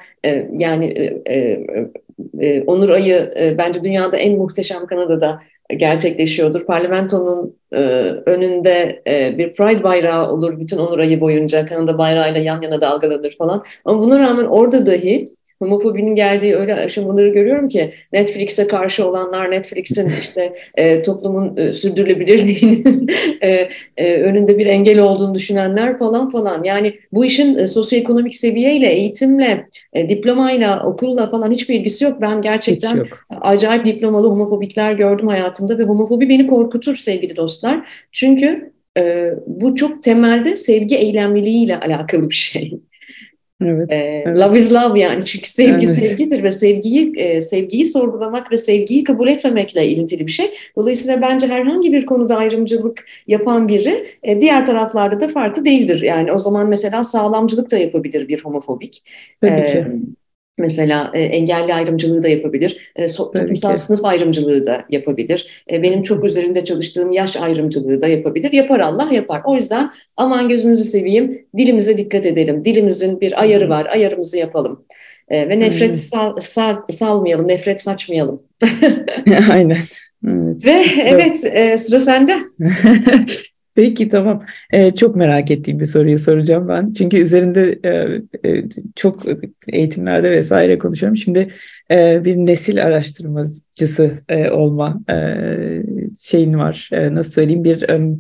Onur Ayı bence dünyada en muhteşem Kanada'da gerçekleşiyordur. Parlamentonun önünde bir Pride bayrağı olur bütün Onur Ayı boyunca. Kanada bayrağıyla yan yana dalgalanır falan. Ama buna rağmen orada dahi homofobinin geldiği öyle aşamaları görüyorum ki Netflix'e karşı olanlar, Netflix'in işte toplumun sürdürülebilirliğinin önünde bir engel olduğunu düşünenler falan falan. Yani bu işin sosyoekonomik seviyeyle, eğitimle, diplomayla, okulla falan hiçbir ilgisi yok. Ben Hiç gerçekten yok. acayip diplomalı homofobikler gördüm hayatımda ve homofobi beni korkutur sevgili dostlar. Çünkü bu çok temelde sevgi eylemliliğiyle alakalı bir şey. Evet. Love Evet. is love yani çünkü sevgi Evet. sevgidir ve sevgiyi sorgulamak ve sevgiyi kabul etmemekle ilintili bir şey. Dolayısıyla bence herhangi bir konuda ayrımcılık yapan biri diğer taraflarda da farklı değildir. Yani o zaman mesela sağlamcılık da yapabilir bir homofobik. Tabii ki. Mesela engelli ayrımcılığı da yapabilir, Tabii toplumsal ki. sınıf ayrımcılığı da yapabilir, benim Tabii ki. çok üzerinde çalıştığım yaş ayrımcılığı da yapabilir. Yapar Allah yapar. O yüzden aman gözünüzü seveyim, dilimize dikkat edelim. Dilimizin bir ayarı var, Evet. ayarımızı yapalım. Ve nefret Aynen. salmayalım, nefret saçmayalım. Aynen. Evet. Ve Sıra. evet, sıra sende. Peki tamam. Çok merak ettiğim bir soruyu soracağım ben. Çünkü üzerinde çok eğitimlerde vesaire konuşuyorum. Şimdi bir nesil araştırmacısı olma şeyin var. Nasıl söyleyeyim? Bir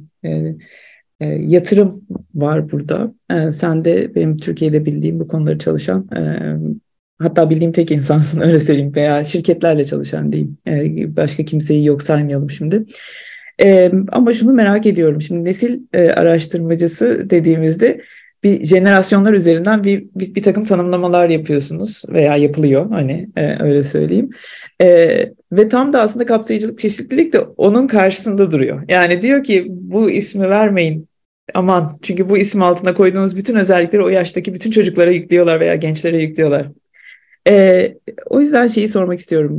yatırım var burada. Sen de benim Türkiye'de bildiğim bu konuları çalışan hatta bildiğim tek insansın öyle söyleyeyim veya şirketlerle çalışan diyeyim. Başka kimseyi yok saymayalım şimdi. Ama şunu merak ediyorum. Şimdi nesil araştırmacısı dediğimizde bir jenerasyonlar üzerinden bir takım tanımlamalar yapıyorsunuz veya yapılıyor hani öyle söyleyeyim. Ve tam da aslında kapsayıcılık, çeşitlilik de onun karşısında duruyor. Yani diyor ki bu ismi vermeyin aman çünkü bu isim altına koyduğunuz bütün özellikleri o yaştaki bütün çocuklara yüklüyorlar veya gençlere yüklüyorlar. O yüzden şeyi sormak istiyorum.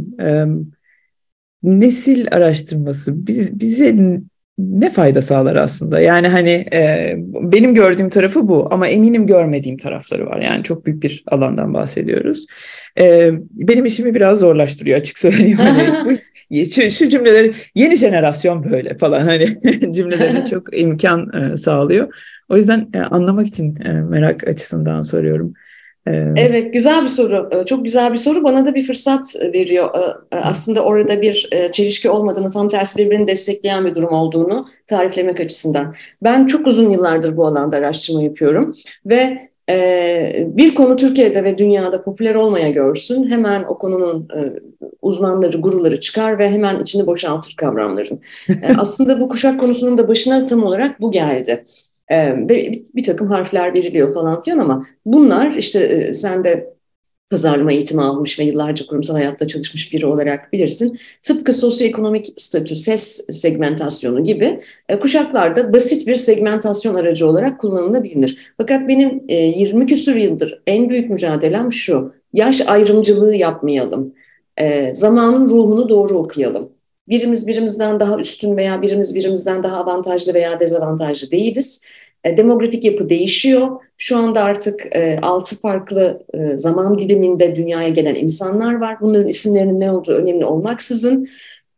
Nesil araştırması bize ne fayda sağlar aslında? Yani hani benim gördüğüm tarafı bu ama eminim görmediğim tarafları var. Yani çok büyük bir alandan bahsediyoruz. Benim işimi biraz zorlaştırıyor açık söyleyeyim. Hani şu cümleleri yeni jenerasyon böyle falan hani cümlelerine çok imkan sağlıyor. O yüzden anlamak için merak açısından soruyorum. Ee, Evet, güzel bir soru. Çok güzel bir soru. Bana da bir fırsat veriyor. Aslında orada bir çelişki olmadığını, tam tersi birbirini destekleyen bir durum olduğunu tariflemek açısından. Ben çok uzun yıllardır bu alanda araştırma yapıyorum ve bir konu Türkiye'de ve dünyada popüler olmaya görsün, hemen o konunun uzmanları, guruları çıkar ve hemen içini boşaltır kavramların. Aslında bu kuşak konusunun da başına tam olarak bu geldi. Ve bir takım harfler veriliyor falan filan ama bunlar işte sen de pazarlama eğitimi almış ve yıllarca kurumsal hayatta çalışmış biri olarak bilirsin. Tıpkı sosyoekonomik statü, ses segmentasyonu gibi kuşaklarda basit bir segmentasyon aracı olarak kullanılabilir. Fakat benim 20 küsur yıldır en büyük mücadelem şu: yaş ayrımcılığı yapmayalım. Zamanın ruhunu doğru okuyalım. Birimiz birimizden daha üstün veya birimiz birimizden daha avantajlı veya dezavantajlı değiliz. Demografik yapı değişiyor. Şu anda artık 6 farklı zaman diliminde dünyaya gelen insanlar var. Bunların isimlerinin ne olduğu önemli olmaksızın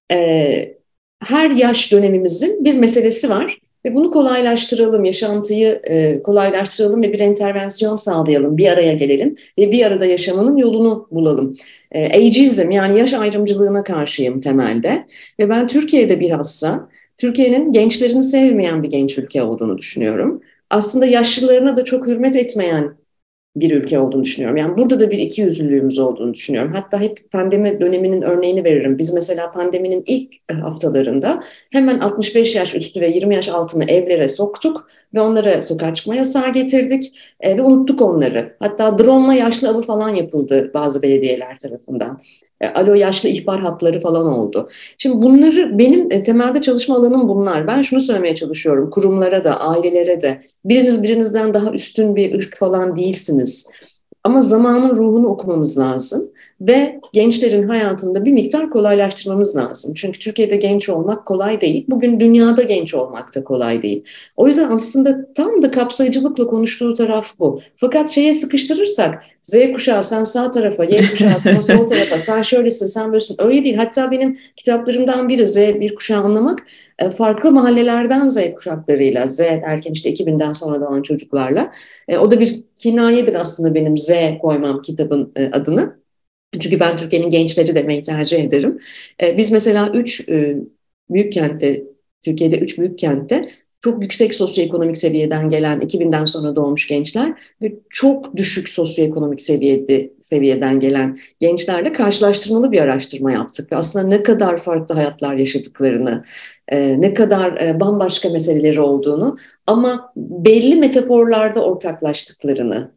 her yaş dönemimizin bir meselesi var. Ve bunu kolaylaştıralım, yaşantıyı kolaylaştıralım ve bir intervensiyon sağlayalım, bir araya gelelim ve bir arada yaşamanın yolunu bulalım. Ageizm, yani yaş ayrımcılığına karşıyım temelde ve ben Türkiye'de bilhassa Türkiye'nin gençlerini sevmeyen bir genç ülke olduğunu düşünüyorum. Aslında yaşlılarına da çok hürmet etmeyen bir ülke olduğunu düşünüyorum. Yani burada da bir ikiyüzlülüğümüz olduğunu düşünüyorum. Hatta hep pandemi döneminin örneğini veririm. Biz mesela pandeminin ilk haftalarında hemen 65 yaş üstü ve 20 yaş altını evlere soktuk ve onlara sokağa çıkma yasağı getirdik ve unuttuk onları. Hatta drone'la yaşlı avı falan yapıldı bazı belediyeler tarafından. Alo yaşlı ihbar hatları falan oldu. Şimdi bunları benim temelde çalışma alanım bunlar. Ben şunu söylemeye çalışıyorum kurumlara da, ailelere de. Biriniz birinizden daha üstün bir ırk falan değilsiniz. Ama zamanın ruhunu okumamız lazım ve gençlerin hayatında bir miktar kolaylaştırmamız lazım. Çünkü Türkiye'de genç olmak kolay değil. Bugün dünyada genç olmak da kolay değil. O yüzden aslında tam da kapsayıcılıkla konuştuğu taraf bu. Fakat şeye sıkıştırırsak, Z kuşağı sen sağ tarafa, Y kuşağı sen sol tarafa, sen şöylesin, sen böylesin. Öyle değil. Hatta benim kitaplarımdan biri Z bir kuşağı anlamak, farklı mahallelerden Z kuşaklarıyla, Z derken işte 2000'den sonra doğan çocuklarla. O da bir kinayedir aslında benim Z koymam kitabın adını. Çünkü ben Türkiye'nin gençleri demeyi tercih ederim. Biz mesela büyük kentte, Türkiye'de 3 büyük kentte çok yüksek sosyoekonomik seviyeden gelen 2000'den sonra doğmuş gençler ve çok düşük sosyoekonomik seviyeden gelen gençlerle karşılaştırmalı bir araştırma yaptık. Ve aslında ne kadar farklı hayatlar yaşadıklarını, ne kadar bambaşka meseleleri olduğunu ama belli metaforlarda ortaklaştıklarını,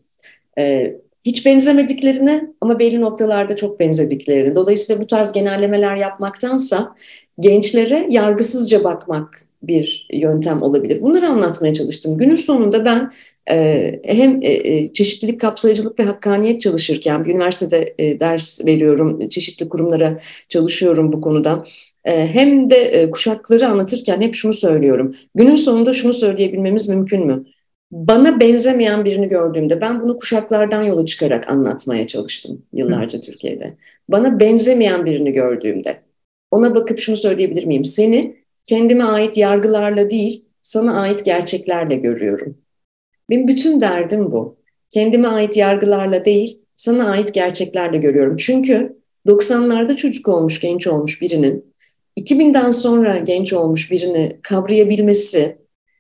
hiç benzemediklerini ama belli noktalarda çok benzediklerini. Dolayısıyla bu tarz genellemeler yapmaktansa gençlere yargısızca bakmak bir yöntem olabilir. Bunları anlatmaya çalıştım. Günün sonunda ben hem çeşitlilik, kapsayıcılık ve hakkaniyet çalışırken bir üniversitede ders veriyorum, çeşitli kurumlara çalışıyorum bu konuda. Hem de kuşakları anlatırken hep şunu söylüyorum. Günün sonunda şunu söyleyebilmemiz mümkün mü? Bana benzemeyen birini gördüğümde ben bunu kuşaklardan yola çıkarak anlatmaya çalıştım yıllarca Türkiye'de. Bana benzemeyen birini gördüğümde ona bakıp şunu söyleyebilir miyim? Seni kendime ait yargılarla değil, sana ait gerçeklerle görüyorum. Benim bütün derdim bu. Kendime ait yargılarla değil, sana ait gerçeklerle görüyorum. Çünkü 90'larda çocuk olmuş, genç olmuş birinin 2000'den sonra genç olmuş birini kavrayabilmesi,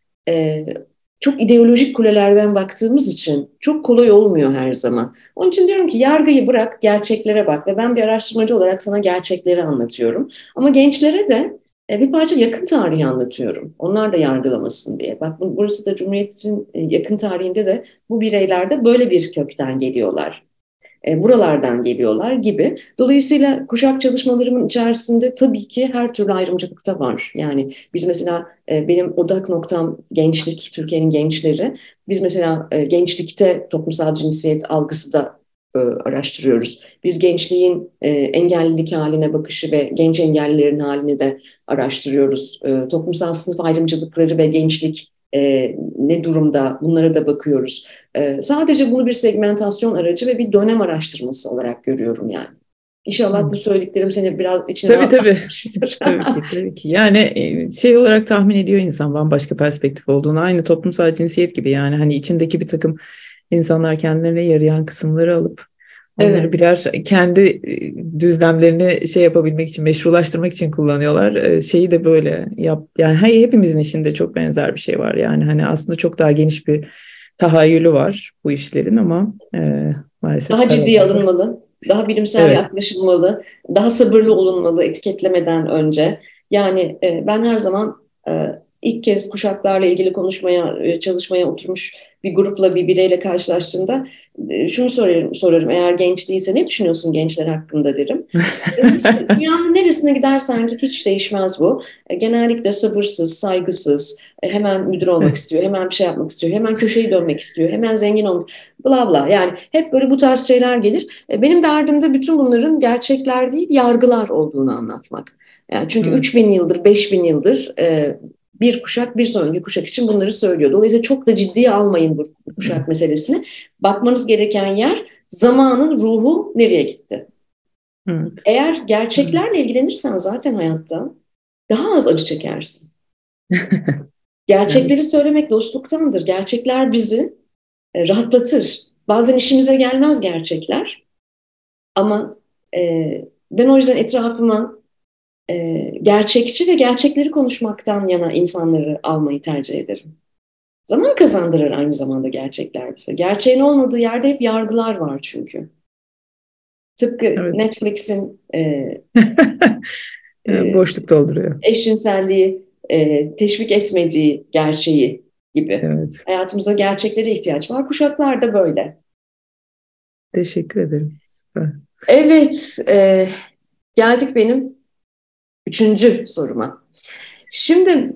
e, çok ideolojik kulelerden baktığımız için çok kolay olmuyor her zaman. Onun için diyorum ki yargıyı bırak, gerçeklere bak ve ben bir araştırmacı olarak sana gerçekleri anlatıyorum. Ama gençlere de bir parça yakın tarihi anlatıyorum. Onlar da yargılamasın diye. Bak burası da Cumhuriyet'in yakın tarihinde de bu bireyler de böyle bir kökten geliyorlar. Buralardan geliyorlar gibi. Dolayısıyla kuşak çalışmalarımın içerisinde tabii ki her türlü ayrımcılık da var. Yani biz mesela benim odak noktam gençlik, Türkiye'nin gençleri. Biz mesela gençlikte toplumsal cinsiyet algısı da araştırıyoruz. Biz gençliğin engellilik haline bakışı ve genç engellilerin halini de araştırıyoruz. Toplumsal sınıf ayrımcılıkları ve gençlik ne durumda, bunlara da bakıyoruz. Sadece bunu bir segmentasyon aracı ve bir dönem araştırması olarak görüyorum yani. İnşallah bu söylediklerim seni biraz içine Tabii tabii. rahatlatmıştır. Tabii ki, tabii ki. Yani şey olarak tahmin ediyor insan bambaşka perspektif olduğunu. Aynı toplumsal cinsiyet gibi yani hani içindeki bir takım insanlar kendilerine yarayan kısımları alıp onları Evet. birer kendi düzlemlerini şey yapabilmek için, meşrulaştırmak için kullanıyorlar. Şeyi de böyle yap. Yani hepimizin işinde çok benzer bir şey var. Yani hani aslında çok daha geniş bir tahayyülü var bu işlerin ama maalesef Daha ciddiye kararlarda. alınmalı, daha bilimsel Evet. yaklaşılmalı, daha sabırlı olunmalı etiketlemeden önce. Yani ben her zaman ilk kez kuşaklarla ilgili konuşmaya, çalışmaya oturmuş bir grupla, bir bireyle karşılaştığımda şunu sorarım. Eğer genç değilse ne düşünüyorsun gençler hakkında derim. Dünyanın neresine gidersen git hiç değişmez bu. Genellikle sabırsız, saygısız, hemen müdür olmak istiyor, hemen bir şey yapmak istiyor, hemen köşeyi dönmek istiyor, hemen zengin olmak, bla bla. Yani hep böyle bu tarz şeyler gelir. Benim derdim de bütün bunların gerçekler değil, yargılar olduğunu anlatmak. Yani çünkü Evet. 3000 yıldır, 5000 yıldır bir kuşak bir sonraki kuşak için bunları söylüyor. Dolayısıyla çok da ciddiye almayın bu kuşak meselesini. Bakmanız gereken yer zamanın ruhu nereye gitti? Evet. Eğer gerçeklerle ilgilenirsen zaten hayatta daha az acı çekersin. Evet. Gerçekleri söylemek dostluktandır. Gerçekler bizi rahatlatır. Bazen işimize gelmez gerçekler ama ben o yüzden etrafıma gerçekçi ve gerçekleri konuşmaktan yana insanları almayı tercih ederim. Zaman kazandırır aynı zamanda gerçekler bize. Gerçeğin olmadığı yerde hep yargılar var çünkü. Tıpkı Evet. Netflix'in Boşluk dolduruyor. eşcinselliği teşvik etmediği gerçeği gibi. Evet. Hayatımıza gerçeklere ihtiyaç var. Kuşaklar da böyle. Teşekkür ederim. Süper. Evet, geldik benim üçüncü soruma. Şimdi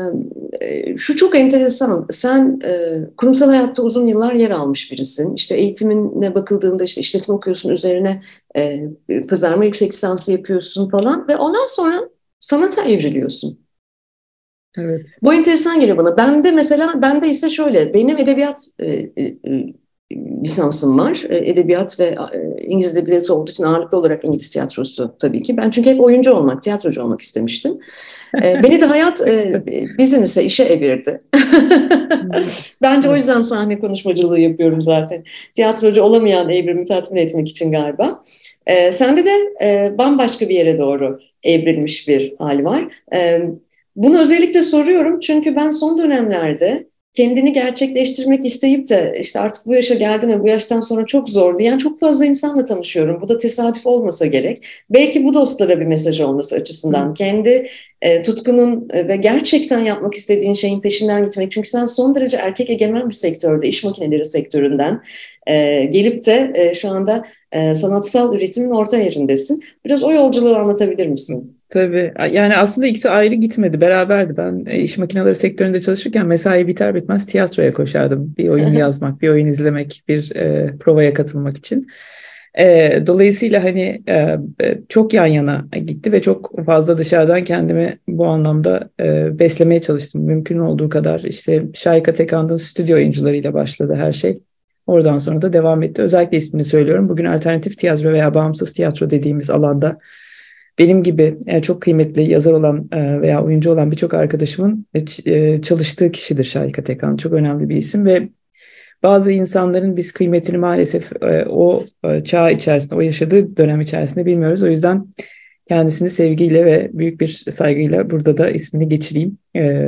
şu çok enteresan. Sen kurumsal hayatta uzun yıllar yer almış birisin. İşte eğitimine bakıldığında işte işletme okuyorsun, üzerine pazarlama yüksek lisansı yapıyorsun falan ve ondan sonra sanata evriliyorsun. Evet. Bu enteresan geliyor bana. Bende ise şöyle, benim edebiyat lisansım var. Edebiyat ve İngiliz edebiyatı olduğu için ağırlıklı olarak İngiliz tiyatrosu tabii ki. Ben çünkü hep oyuncu olmak, tiyatrocu olmak istemiştim. Beni de hayat business'e, işe evirdi. Bence o Evet. yüzden sahne konuşmacılığı yapıyorum zaten. Tiyatrocu olamayan evrimi tatmin etmek için galiba. Sende de bambaşka bir yere doğru evrilmiş bir hal var. Bunu özellikle soruyorum çünkü ben son dönemlerde kendini gerçekleştirmek isteyip de işte artık bu yaşa geldim ve bu yaştan sonra çok zor diyen çok fazla insanla tanışıyorum. Bu da tesadüf olmasa gerek. Belki bu dostlara bir mesaj olması açısından. Kendi tutkunun ve gerçekten yapmak istediğin şeyin peşinden gitmek. Çünkü sen son derece erkek egemen bir sektörde, iş makineleri sektöründen gelip de şu anda sanatsal üretimin orta yerindesin. Biraz o yolculuğu anlatabilir misin? Tabii. Yani aslında ikisi ayrı gitmedi. Beraberdi. Ben iş makineleri sektöründe çalışırken mesai biter bitmez tiyatroya koşardım. Bir oyun yazmak, bir oyun izlemek, bir provaya katılmak için. Dolayısıyla hani çok yan yana gitti ve çok fazla dışarıdan kendimi bu anlamda beslemeye çalıştım. Mümkün olduğu kadar işte Şahika Tekand'ın stüdyo oyuncularıyla başladı her şey. Oradan sonra da devam etti. Özellikle ismini söylüyorum. Bugün alternatif tiyatro veya bağımsız tiyatro dediğimiz alanda benim gibi çok kıymetli yazar olan veya oyuncu olan birçok arkadaşımın çalıştığı kişidir Şahika Tekan. Çok önemli bir isim ve bazı insanların biz kıymetini maalesef o çağ içerisinde, o yaşadığı dönem içerisinde bilmiyoruz. O yüzden kendisini sevgiyle ve büyük bir saygıyla burada da ismini geçireyim.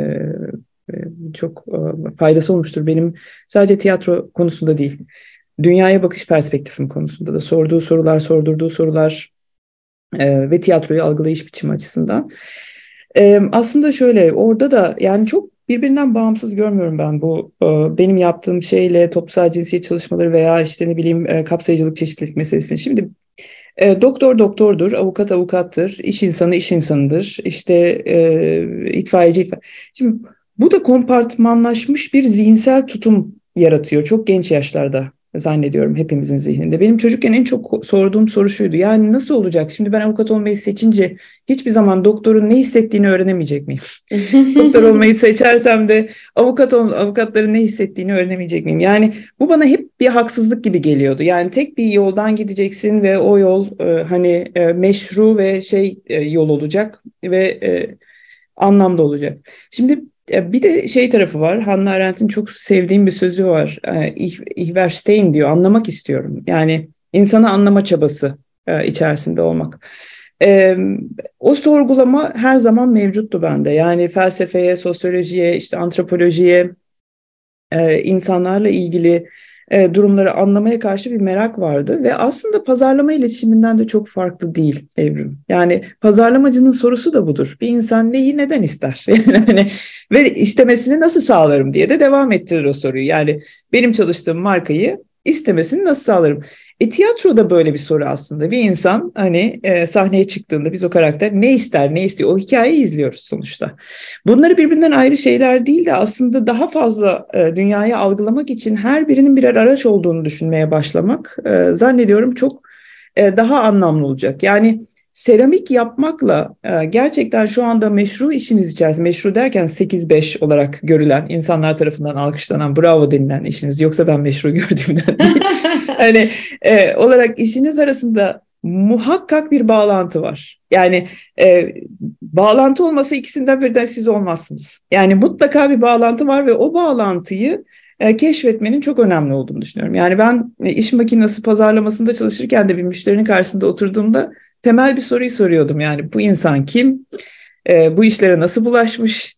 Çok faydası olmuştur benim sadece tiyatro konusunda değil, dünyaya bakış perspektifim konusunda da sorduğu sorular, sordurduğu sorular ve tiyatroyu algılayış biçimi açısından. Aslında şöyle orada da yani çok birbirinden bağımsız görmüyorum ben bu benim yaptığım şeyle toplumsal cinsiyet çalışmaları veya işte ne bileyim kapsayıcılık çeşitlilik meselesini. Şimdi doktor doktordur, avukat avukattır, iş insanı iş insanıdır, işte itfaiyeci itfaiye. Şimdi bu da kompartmanlaşmış bir zihinsel tutum yaratıyor çok genç yaşlarda zannediyorum hepimizin zihninde. Benim çocukken en çok sorduğum soru şuydu. Yani nasıl olacak? Şimdi ben avukat olmayı seçince hiçbir zaman doktorun ne hissettiğini öğrenemeyecek miyim? Doktor olmayı seçersem de avukatların ne hissettiğini öğrenemeyecek miyim? Yani bu bana hep bir haksızlık gibi geliyordu. Yani tek bir yoldan gideceksin ve o yol hani meşru ve yol olacak ve anlamda olacak. Şimdi bir de şey tarafı var. Hannah Arendt'in çok sevdiğim bir sözü var. Ich verstehen diyor. Anlamak istiyorum. Yani insanı anlama çabası içerisinde olmak. E, O sorgulama her zaman mevcuttu bende. Yani felsefeye, sosyolojiye, işte antropolojiye, insanlarla ilgili durumları anlamaya karşı bir merak vardı ve aslında pazarlama iletişiminden de çok farklı değil Evrim. Yani pazarlamacının sorusu da budur. Bir insan neyi neden ister? Yani ve istemesini nasıl sağlarım diye de devam ettirir o soruyu. Yani benim çalıştığım markayı istemesini nasıl sağlarım? Tiyatro da böyle bir soru aslında. Bir insan hani sahneye çıktığında biz o karakter ne ister, ne istiyor? O hikayeyi izliyoruz sonuçta. Bunları birbirinden ayrı şeyler değil de aslında daha fazla dünyayı algılamak için her birinin birer araç olduğunu düşünmeye başlamak zannediyorum çok daha anlamlı olacak. Yani seramik yapmakla gerçekten şu anda meşru işiniz içerisinde, meşru derken 8-5 olarak görülen, insanlar tarafından alkışlanan, bravo denilen işiniz, yoksa ben meşru gördüğümden değil. Hani olarak işiniz arasında muhakkak bir bağlantı var. Yani bağlantı olmasa ikisinden birden siz olmazsınız. Yani mutlaka bir bağlantı var ve o bağlantıyı keşfetmenin çok önemli olduğunu düşünüyorum. Yani ben iş makinesi pazarlamasında çalışırken de bir müşterinin karşısında oturduğumda temel bir soruyu soruyordum. Yani bu insan kim? Bu işlere nasıl bulaşmış?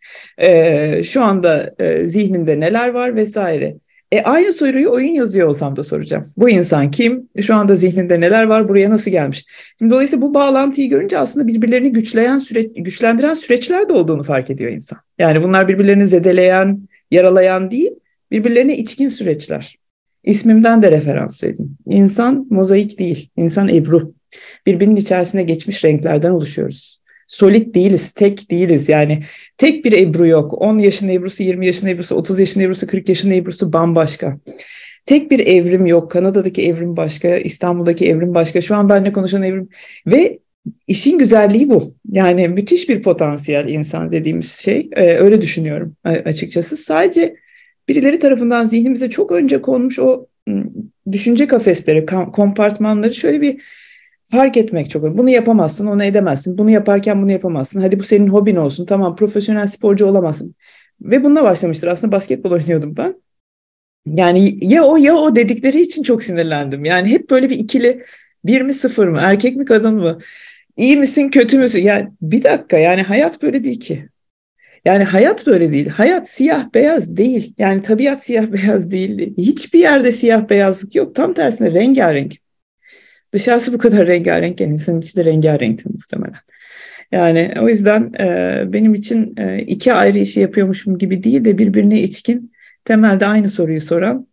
Şu anda zihninde neler var vesaire. Aynı soruyu oyun yazıyor olsam da soracağım. Bu insan kim? Şu anda zihninde neler var? Buraya nasıl gelmiş? Şimdi dolayısıyla bu bağlantıyı görünce aslında birbirlerini güçlendiren süreçler de olduğunu fark ediyor insan. Yani bunlar birbirlerini zedeleyen, yaralayan değil, birbirlerine içkin süreçler. İsmimden de referans vereyim. İnsan mozaik değil, insan ebru. Birbirinin içerisine geçmiş renklerden oluşuyoruz. Solit değiliz, tek değiliz. Yani tek bir Ebru yok. 10 yaşın Ebru'su, 20 yaşın Ebru'su, 30 yaşın Ebru'su, 40 yaşın Ebru'su bambaşka. Tek bir evrim yok. Kanada'daki evrim başka, İstanbul'daki evrim başka. Şu an benimle konuşan evrim. Ve işin güzelliği bu. Yani müthiş bir potansiyel insan dediğimiz şey. Öyle düşünüyorum açıkçası. Sadece birileri tarafından zihnimize çok önce konmuş o düşünce kafesleri, kompartmanları şöyle bir fark etmek çok önemli. Bunu yapamazsın, onu edemezsin. Bunu yaparken bunu yapamazsın. Hadi bu senin hobin olsun. Tamam, profesyonel sporcu olamazsın. Ve bununla başlamıştır. Aslında basketbol oynuyordum ben. Yani ya o ya o dedikleri için çok sinirlendim. Yani hep böyle bir ikili, bir mi sıfır mı, erkek mi kadın mı? İyi misin, kötü müsün? Yani bir dakika, yani hayat böyle değil ki. Yani hayat böyle değil. Hayat siyah beyaz değil. Yani tabiat siyah beyaz değil. Hiçbir yerde siyah beyazlık yok. Tam tersine rengarenk. Dışarısı bu kadar rengarenkken insanın içi de rengarenkti muhtemelen. Yani o yüzden benim için iki ayrı işi yapıyormuşum gibi değil de birbirine içkin, temelde aynı soruyu soran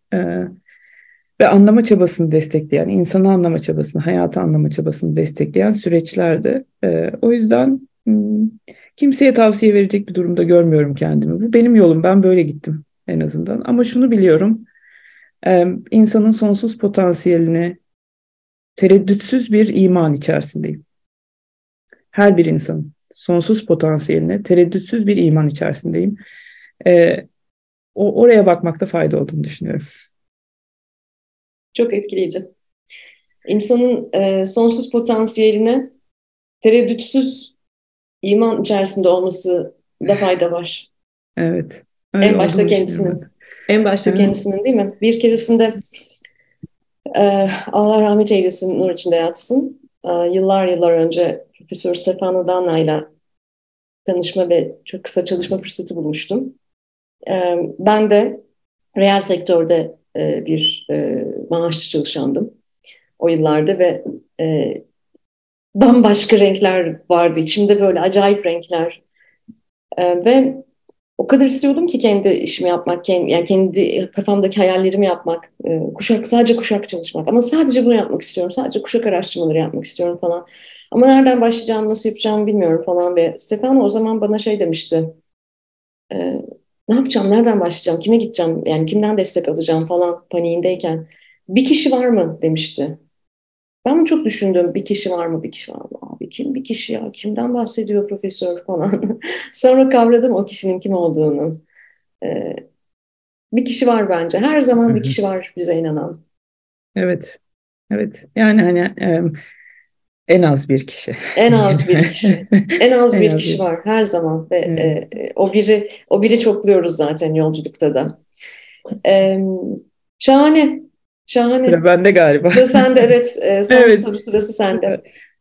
ve anlama çabasını destekleyen, insanı anlama çabasını, hayatı anlama çabasını destekleyen süreçlerdi. O yüzden kimseye tavsiye verecek bir durumda görmüyorum kendimi. Bu benim yolum, ben böyle gittim en azından. Ama şunu biliyorum, insanın sonsuz potansiyeline tereddütsüz bir iman içerisindeyim. Her bir insanın sonsuz potansiyeline tereddütsüz bir iman içerisindeyim. Oraya bakmakta fayda olduğunu düşünüyorum. Çok etkileyici. İnsanın sonsuz potansiyeline tereddütsüz iman içerisinde olması da fayda var. Evet. En başta kendisinin. En başta kendisinin, değil mi? Bir keresinde Allah rahmet eylesin, nur içinde yatsın. Yıllar önce Profesör Stefano Danna ile tanışma ve çok kısa çalışma fırsatı bulmuştum. Ben de reel sektörde bir maaşlı çalışandım o yıllarda ve bambaşka renkler vardı. İçimde böyle acayip renkler. Ve o kadar istiyordum ki kendi işimi yapmak, yani kendi kafamdaki hayallerimi yapmak, sadece kuşak çalışmak. Ama sadece bunu yapmak istiyorum, sadece kuşak araştırmaları yapmak istiyorum falan. Ama nereden başlayacağım, nasıl yapacağımı bilmiyorum falan. Ve Stefano o zaman bana şey demişti, ne yapacağım, nereden başlayacağım, kime gideceğim, yani kimden destek alacağım falan paniğindeyken. Bir kişi var mı demişti. Ben bunu çok düşündüm. Bir kişi var mı? Bir kişi var mı? Abi kim bir kişi ya? Kimden bahsediyor profesör falan. Sonra kavradım o kişinin kim olduğunu. Ee, Bir kişi var bence. Her zaman bir kişi var bize inanan. Evet. Evet. Yani hani en az bir kişi. En az bir kişi. En az En bir az kişi bir. var her zaman ve Evet. o biri çokluyoruz zaten yolculukta da. Ee, Şahane. Şahane. Sıra bende galiba. Söz sende, evet. Son Evet. soru sırası sende.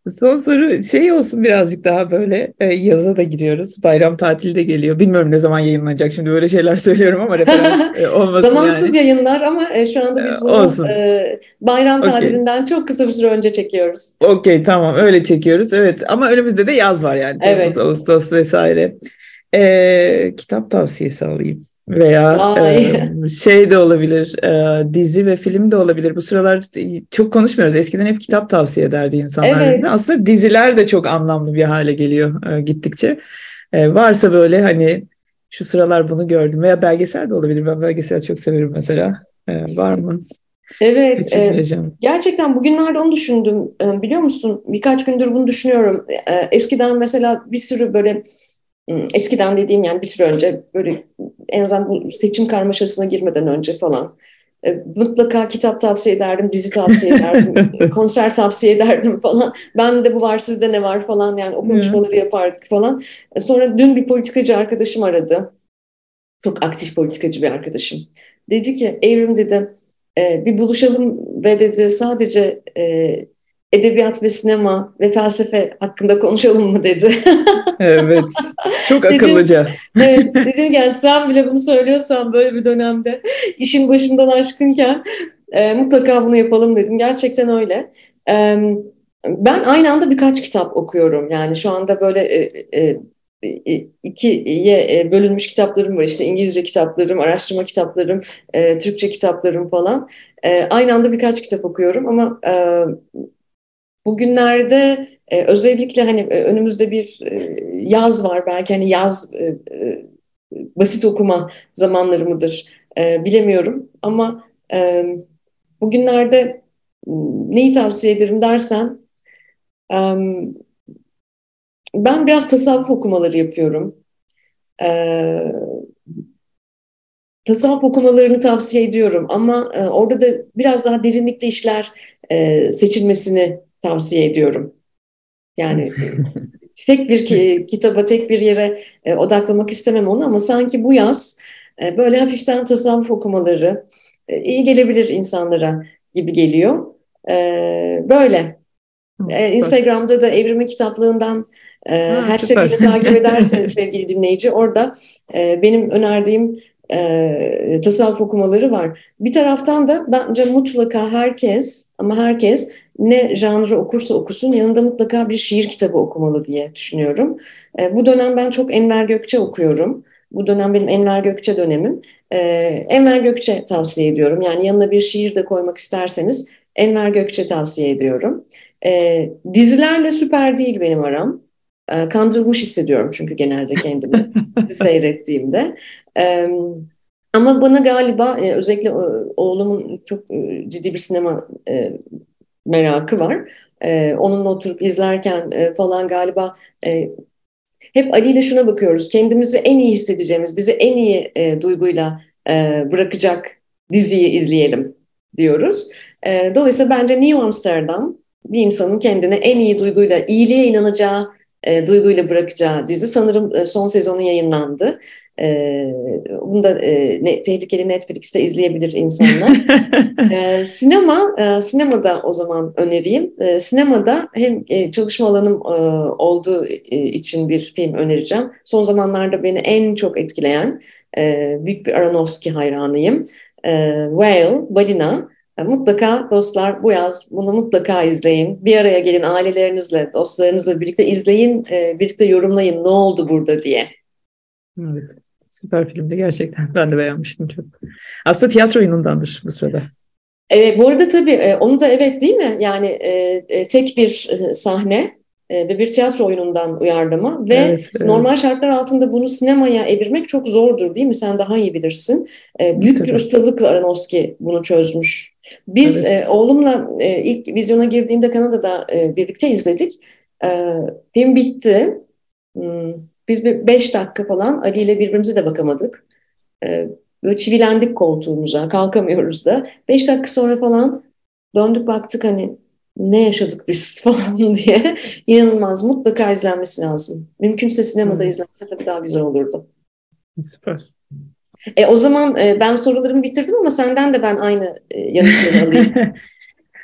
Son soru şey olsun, birazcık daha böyle yaza da giriyoruz. Bayram tatili de geliyor. Bilmiyorum ne zaman yayınlanacak. Şimdi böyle şeyler söylüyorum ama referans olmasın Zamansız yani. yayınlar ama şu anda biz bunu Olsun. bayram Okey. tatilinden çok kısa bir süre önce çekiyoruz. Okey, tamam, öyle çekiyoruz. Evet, ama önümüzde de yaz var yani, Temmuz, Evet. Ağustos vesaire. Kitap tavsiyesi alayım. Veya Vay. şey de olabilir, dizi ve film de olabilir. Bu sıralar çok konuşmuyoruz. Eskiden hep kitap tavsiye ederdi insanlar birbirine. Evet. Aslında diziler de çok anlamlı bir hale geliyor gittikçe. Varsa böyle hani şu sıralar bunu gördüm, veya belgesel de olabilir. Ben belgesel çok severim mesela. Var mı? Evet, Düşüneceğim. gerçekten bugünlerde onu düşündüm. Biliyor musun? Birkaç gündür bunu düşünüyorum. Eskiden mesela bir sürü böyle, eskiden dediğim yani bir süre önce, böyle en azından bu seçim karmaşasına girmeden önce falan, mutlaka kitap tavsiye ederdim, dizi tavsiye ederdim, konser tavsiye ederdim falan. Ben de bu var, sizde ne var falan, yani o Ya. konuşmaları yapardık falan. Sonra dün bir politikacı arkadaşım aradı. Çok aktif politikacı bir arkadaşım. Dedi ki Evrim dedi, bir buluşalım ve dedi sadece edebiyat ve sinema ve felsefe hakkında konuşalım mı dedi. Evet. Çok Dedim, akıllıca. evet, dedim yani sen bile bunu söylüyorsan böyle bir dönemde işin başından aşkınken mutlaka bunu yapalım dedim. Gerçekten öyle. E, Ben aynı anda birkaç kitap okuyorum. Yani şu anda böyle ikiye bölünmüş kitaplarım var. İşte İngilizce kitaplarım, araştırma kitaplarım, Türkçe kitaplarım falan. Aynı anda birkaç kitap okuyorum ama bugünlerde özellikle hani önümüzde bir yaz var, belki hani yaz basit okuma zamanları mıdır bilemiyorum ama bugünlerde neyi tavsiye ederim dersen, e, ben biraz tasavvuf okumaları yapıyorum. E, Tasavvuf okumalarını tavsiye ediyorum ama orada da biraz daha derinlikli işler seçilmesini tavsiye ediyorum. Yani tek bir kitaba, tek bir yere odaklamak istemem onu ama sanki bu yaz böyle hafiften tasavvuf okumaları iyi gelebilir insanlara gibi geliyor. Böyle. Bak. Instagram'da da Evrimi Kitaplığından Ha, süper. hashtag'ini takip ederseniz sevgili dinleyici, orada benim önerdiğim tasavvuf okumaları var. Bir taraftan da bence mutlaka herkes, ama herkes ne janrı okursa okusun yanında mutlaka bir şiir kitabı okumalı diye düşünüyorum. Bu dönem ben çok Enver Gökçe okuyorum. Bu dönem benim Enver Gökçe dönemim. E, Enver Gökçe tavsiye ediyorum. Yani yanına bir şiir de koymak isterseniz Enver Gökçe tavsiye ediyorum. Dizilerle süper değil benim aram. Kandırılmış hissediyorum çünkü genelde kendimi dizi seyrettiğimde. Ee, Ama bana galiba özellikle oğlumun çok ciddi bir sinema merakı var. Onunla oturup izlerken falan galiba hep Ali ile şuna bakıyoruz. Kendimizi en iyi hissedeceğimiz, bizi en iyi duyguyla bırakacak diziyi izleyelim diyoruz. Dolayısıyla bence New Amsterdam bir insanın kendine en iyi duyguyla, iyiliğe inanacağı duyguyla bırakacağı dizi. Sanırım son sezonu yayınlandı. Bunu da tehlikeli Netflix'te izleyebilir insanlar. Sinemada o zaman önereyim. Sinemada hem çalışma alanım olduğu için bir film önereceğim. Son zamanlarda beni en çok etkileyen, büyük bir Aronofsky hayranıyım. Whale, Balina. Mutlaka dostlar bu yaz bunu mutlaka izleyin. Bir araya gelin ailelerinizle, dostlarınızla birlikte izleyin, birlikte yorumlayın ne oldu burada diye. Evet. Süper filmdi gerçekten. Ben de beğenmiştim çok. Aslında tiyatro oyunundandır bu sırada. Bu arada tabii onu da evet değil mi? Yani tek bir sahne ve bir tiyatro oyunundan uyarlama ve Evet, evet. normal şartlar altında bunu sinemaya evirmek çok zordur değil mi? Sen daha iyi bilirsin. Büyük bir Tabii. ustalıkla Aronofsky bunu çözmüş. Biz Evet. oğlumla ilk vizyona girdiğinde Kanada'da birlikte izledik. E, Film bitti. Hmm, Biz bir 5 dakika falan Ali ile birbirimize de bakamadık. Böyle çivilendik koltuğumuza, kalkamıyoruz da. 5 dakika sonra falan döndük baktık hani ne yaşadık biz falan diye. İnanılmaz. Mutlaka izlenmesi lazım. Mümkünse sinemada Evet. izlense tabii daha güzel olurdu. Süper. O zaman ben sorularımı bitirdim ama senden de ben aynı yanıtları alayım.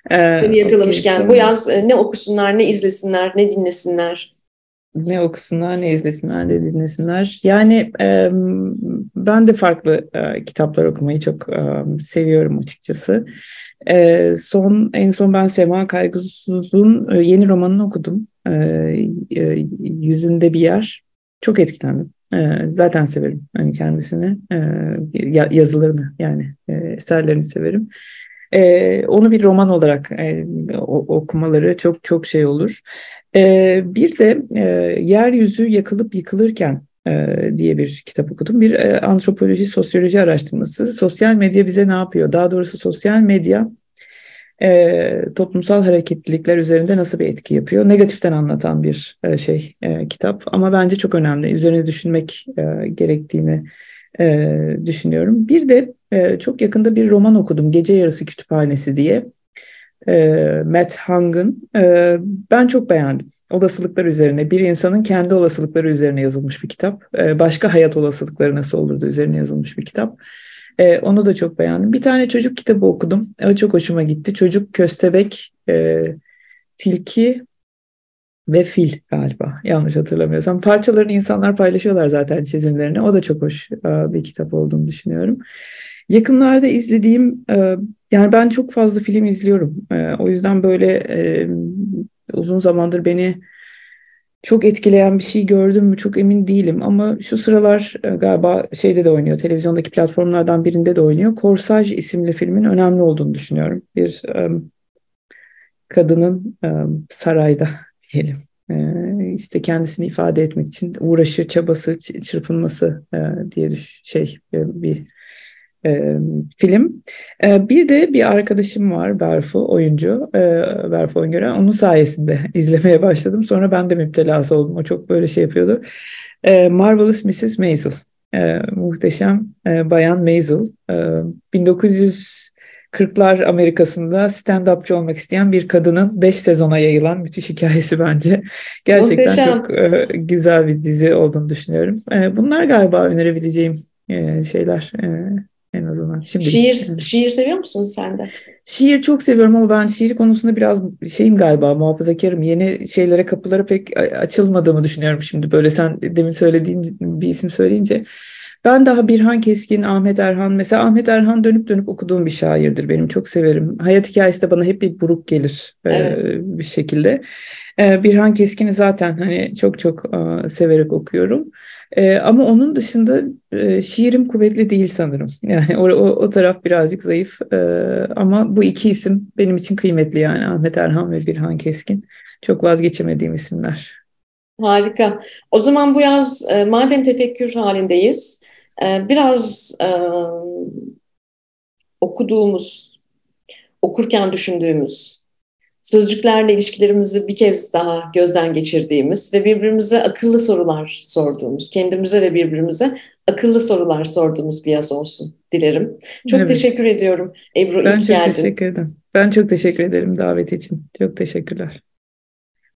Seni Okey, yakalamışken bu tamam. yaz ne okusunlar, ne izlesinler, ne dinlesinler? Ne okusunlar, ne izlesinler, ne dinlesinler. Yani ben de farklı kitaplar okumayı çok seviyorum açıkçası. En son ben Sema Kaygusuz'un yeni romanını okudum. Yüzünde bir yer. Çok etkilendim. Zaten severim hani kendisini, yazılarını yani eserlerini severim. Onu bir roman olarak okumaları çok çok şey olur. Bir de Yeryüzü Yakılıp Yıkılırken diye bir kitap okudum. Bir antropoloji, sosyoloji araştırması. Sosyal medya bize ne yapıyor? Daha doğrusu sosyal medya toplumsal hareketlilikler üzerinde nasıl bir etki yapıyor? Negatiften anlatan bir kitap. Ama bence çok önemli. Üzerine düşünmek gerektiğini düşünüyorum. Bir de çok yakında bir roman okudum. Gece Yarısı Kütüphanesi diye. Matt Haig'ın. Ben çok beğendim. Olasılıklar üzerine, bir insanın kendi olasılıkları üzerine yazılmış bir kitap. Başka hayat olasılıkları nasıl olurdu üzerine yazılmış bir kitap. Onu da çok beğendim. Bir tane çocuk kitabı okudum. O çok hoşuma gitti. Çocuk, köstebek, tilki ve fil galiba. Yanlış hatırlamıyorsam. Parçalarını insanlar paylaşıyorlar zaten, çizimlerini. O da çok hoş bir kitap olduğunu düşünüyorum. Yakınlarda izlediğim, yani ben çok fazla film izliyorum. O yüzden böyle uzun zamandır beni çok etkileyen bir şey gördüm mü çok emin değilim. Ama şu sıralar galiba şeyde de oynuyor. Televizyondaki platformlardan birinde de oynuyor. Korsaj isimli filmin önemli olduğunu düşünüyorum. Bir kadının sarayda diyelim. İşte kendisini ifade etmek için uğraşı, çabası, çırpınması diye bir film. Bir de bir arkadaşım var, Berfu oyuncu, Berfu Öngören. Onun sayesinde izlemeye başladım. Sonra ben de müptelası oldum. O çok böyle şey yapıyordu. Marvelous Mrs. Maisel. Muhteşem Bayan Maisel. 1940'lar Amerika'sında stand-upçı olmak isteyen bir kadının 5 sezona yayılan müthiş hikayesi bence. Gerçekten çok Muhteşem. güzel bir dizi olduğunu düşünüyorum. Bunlar galiba önerebileceğim şeyler, en azından şimdilik. Şiir seviyor musun sen de? Şiir çok seviyorum ama ben şiir konusunda biraz şeyim galiba, muhafazakarım. Yeni şeylere, kapılara pek açılmadığımı düşünüyorum şimdi. Böyle sen demin söylediğin bir isim söyleyince. Ben daha Birhan Keskin, Ahmet Erhan. Mesela Ahmet Erhan dönüp dönüp okuduğum bir şairdir benim. Çok severim. Hayat hikayesi de bana hep bir buruk gelir Evet. bir şekilde. Birhan Keskin'i zaten hani çok çok severek okuyorum. Ama onun dışında şiirim kuvvetli değil sanırım. Yani o taraf birazcık zayıf. Ama bu iki isim benim için kıymetli, yani Ahmet Erhan ve Birhan Keskin. Çok vazgeçemediğim isimler. Harika. O zaman bu yaz madem tefekkür halindeyiz, biraz okuduğumuz, okurken düşündüğümüz, sözcüklerle ilişkilerimizi bir kez daha gözden geçirdiğimiz ve birbirimize akıllı sorular sorduğumuz, kendimize ve birbirimize akıllı sorular sorduğumuz bir yaz olsun dilerim. Çok Evet. teşekkür ediyorum Ebru, iyi Ben ki çok geldin. teşekkür ederim. Ben çok teşekkür ederim davet için. Çok teşekkürler.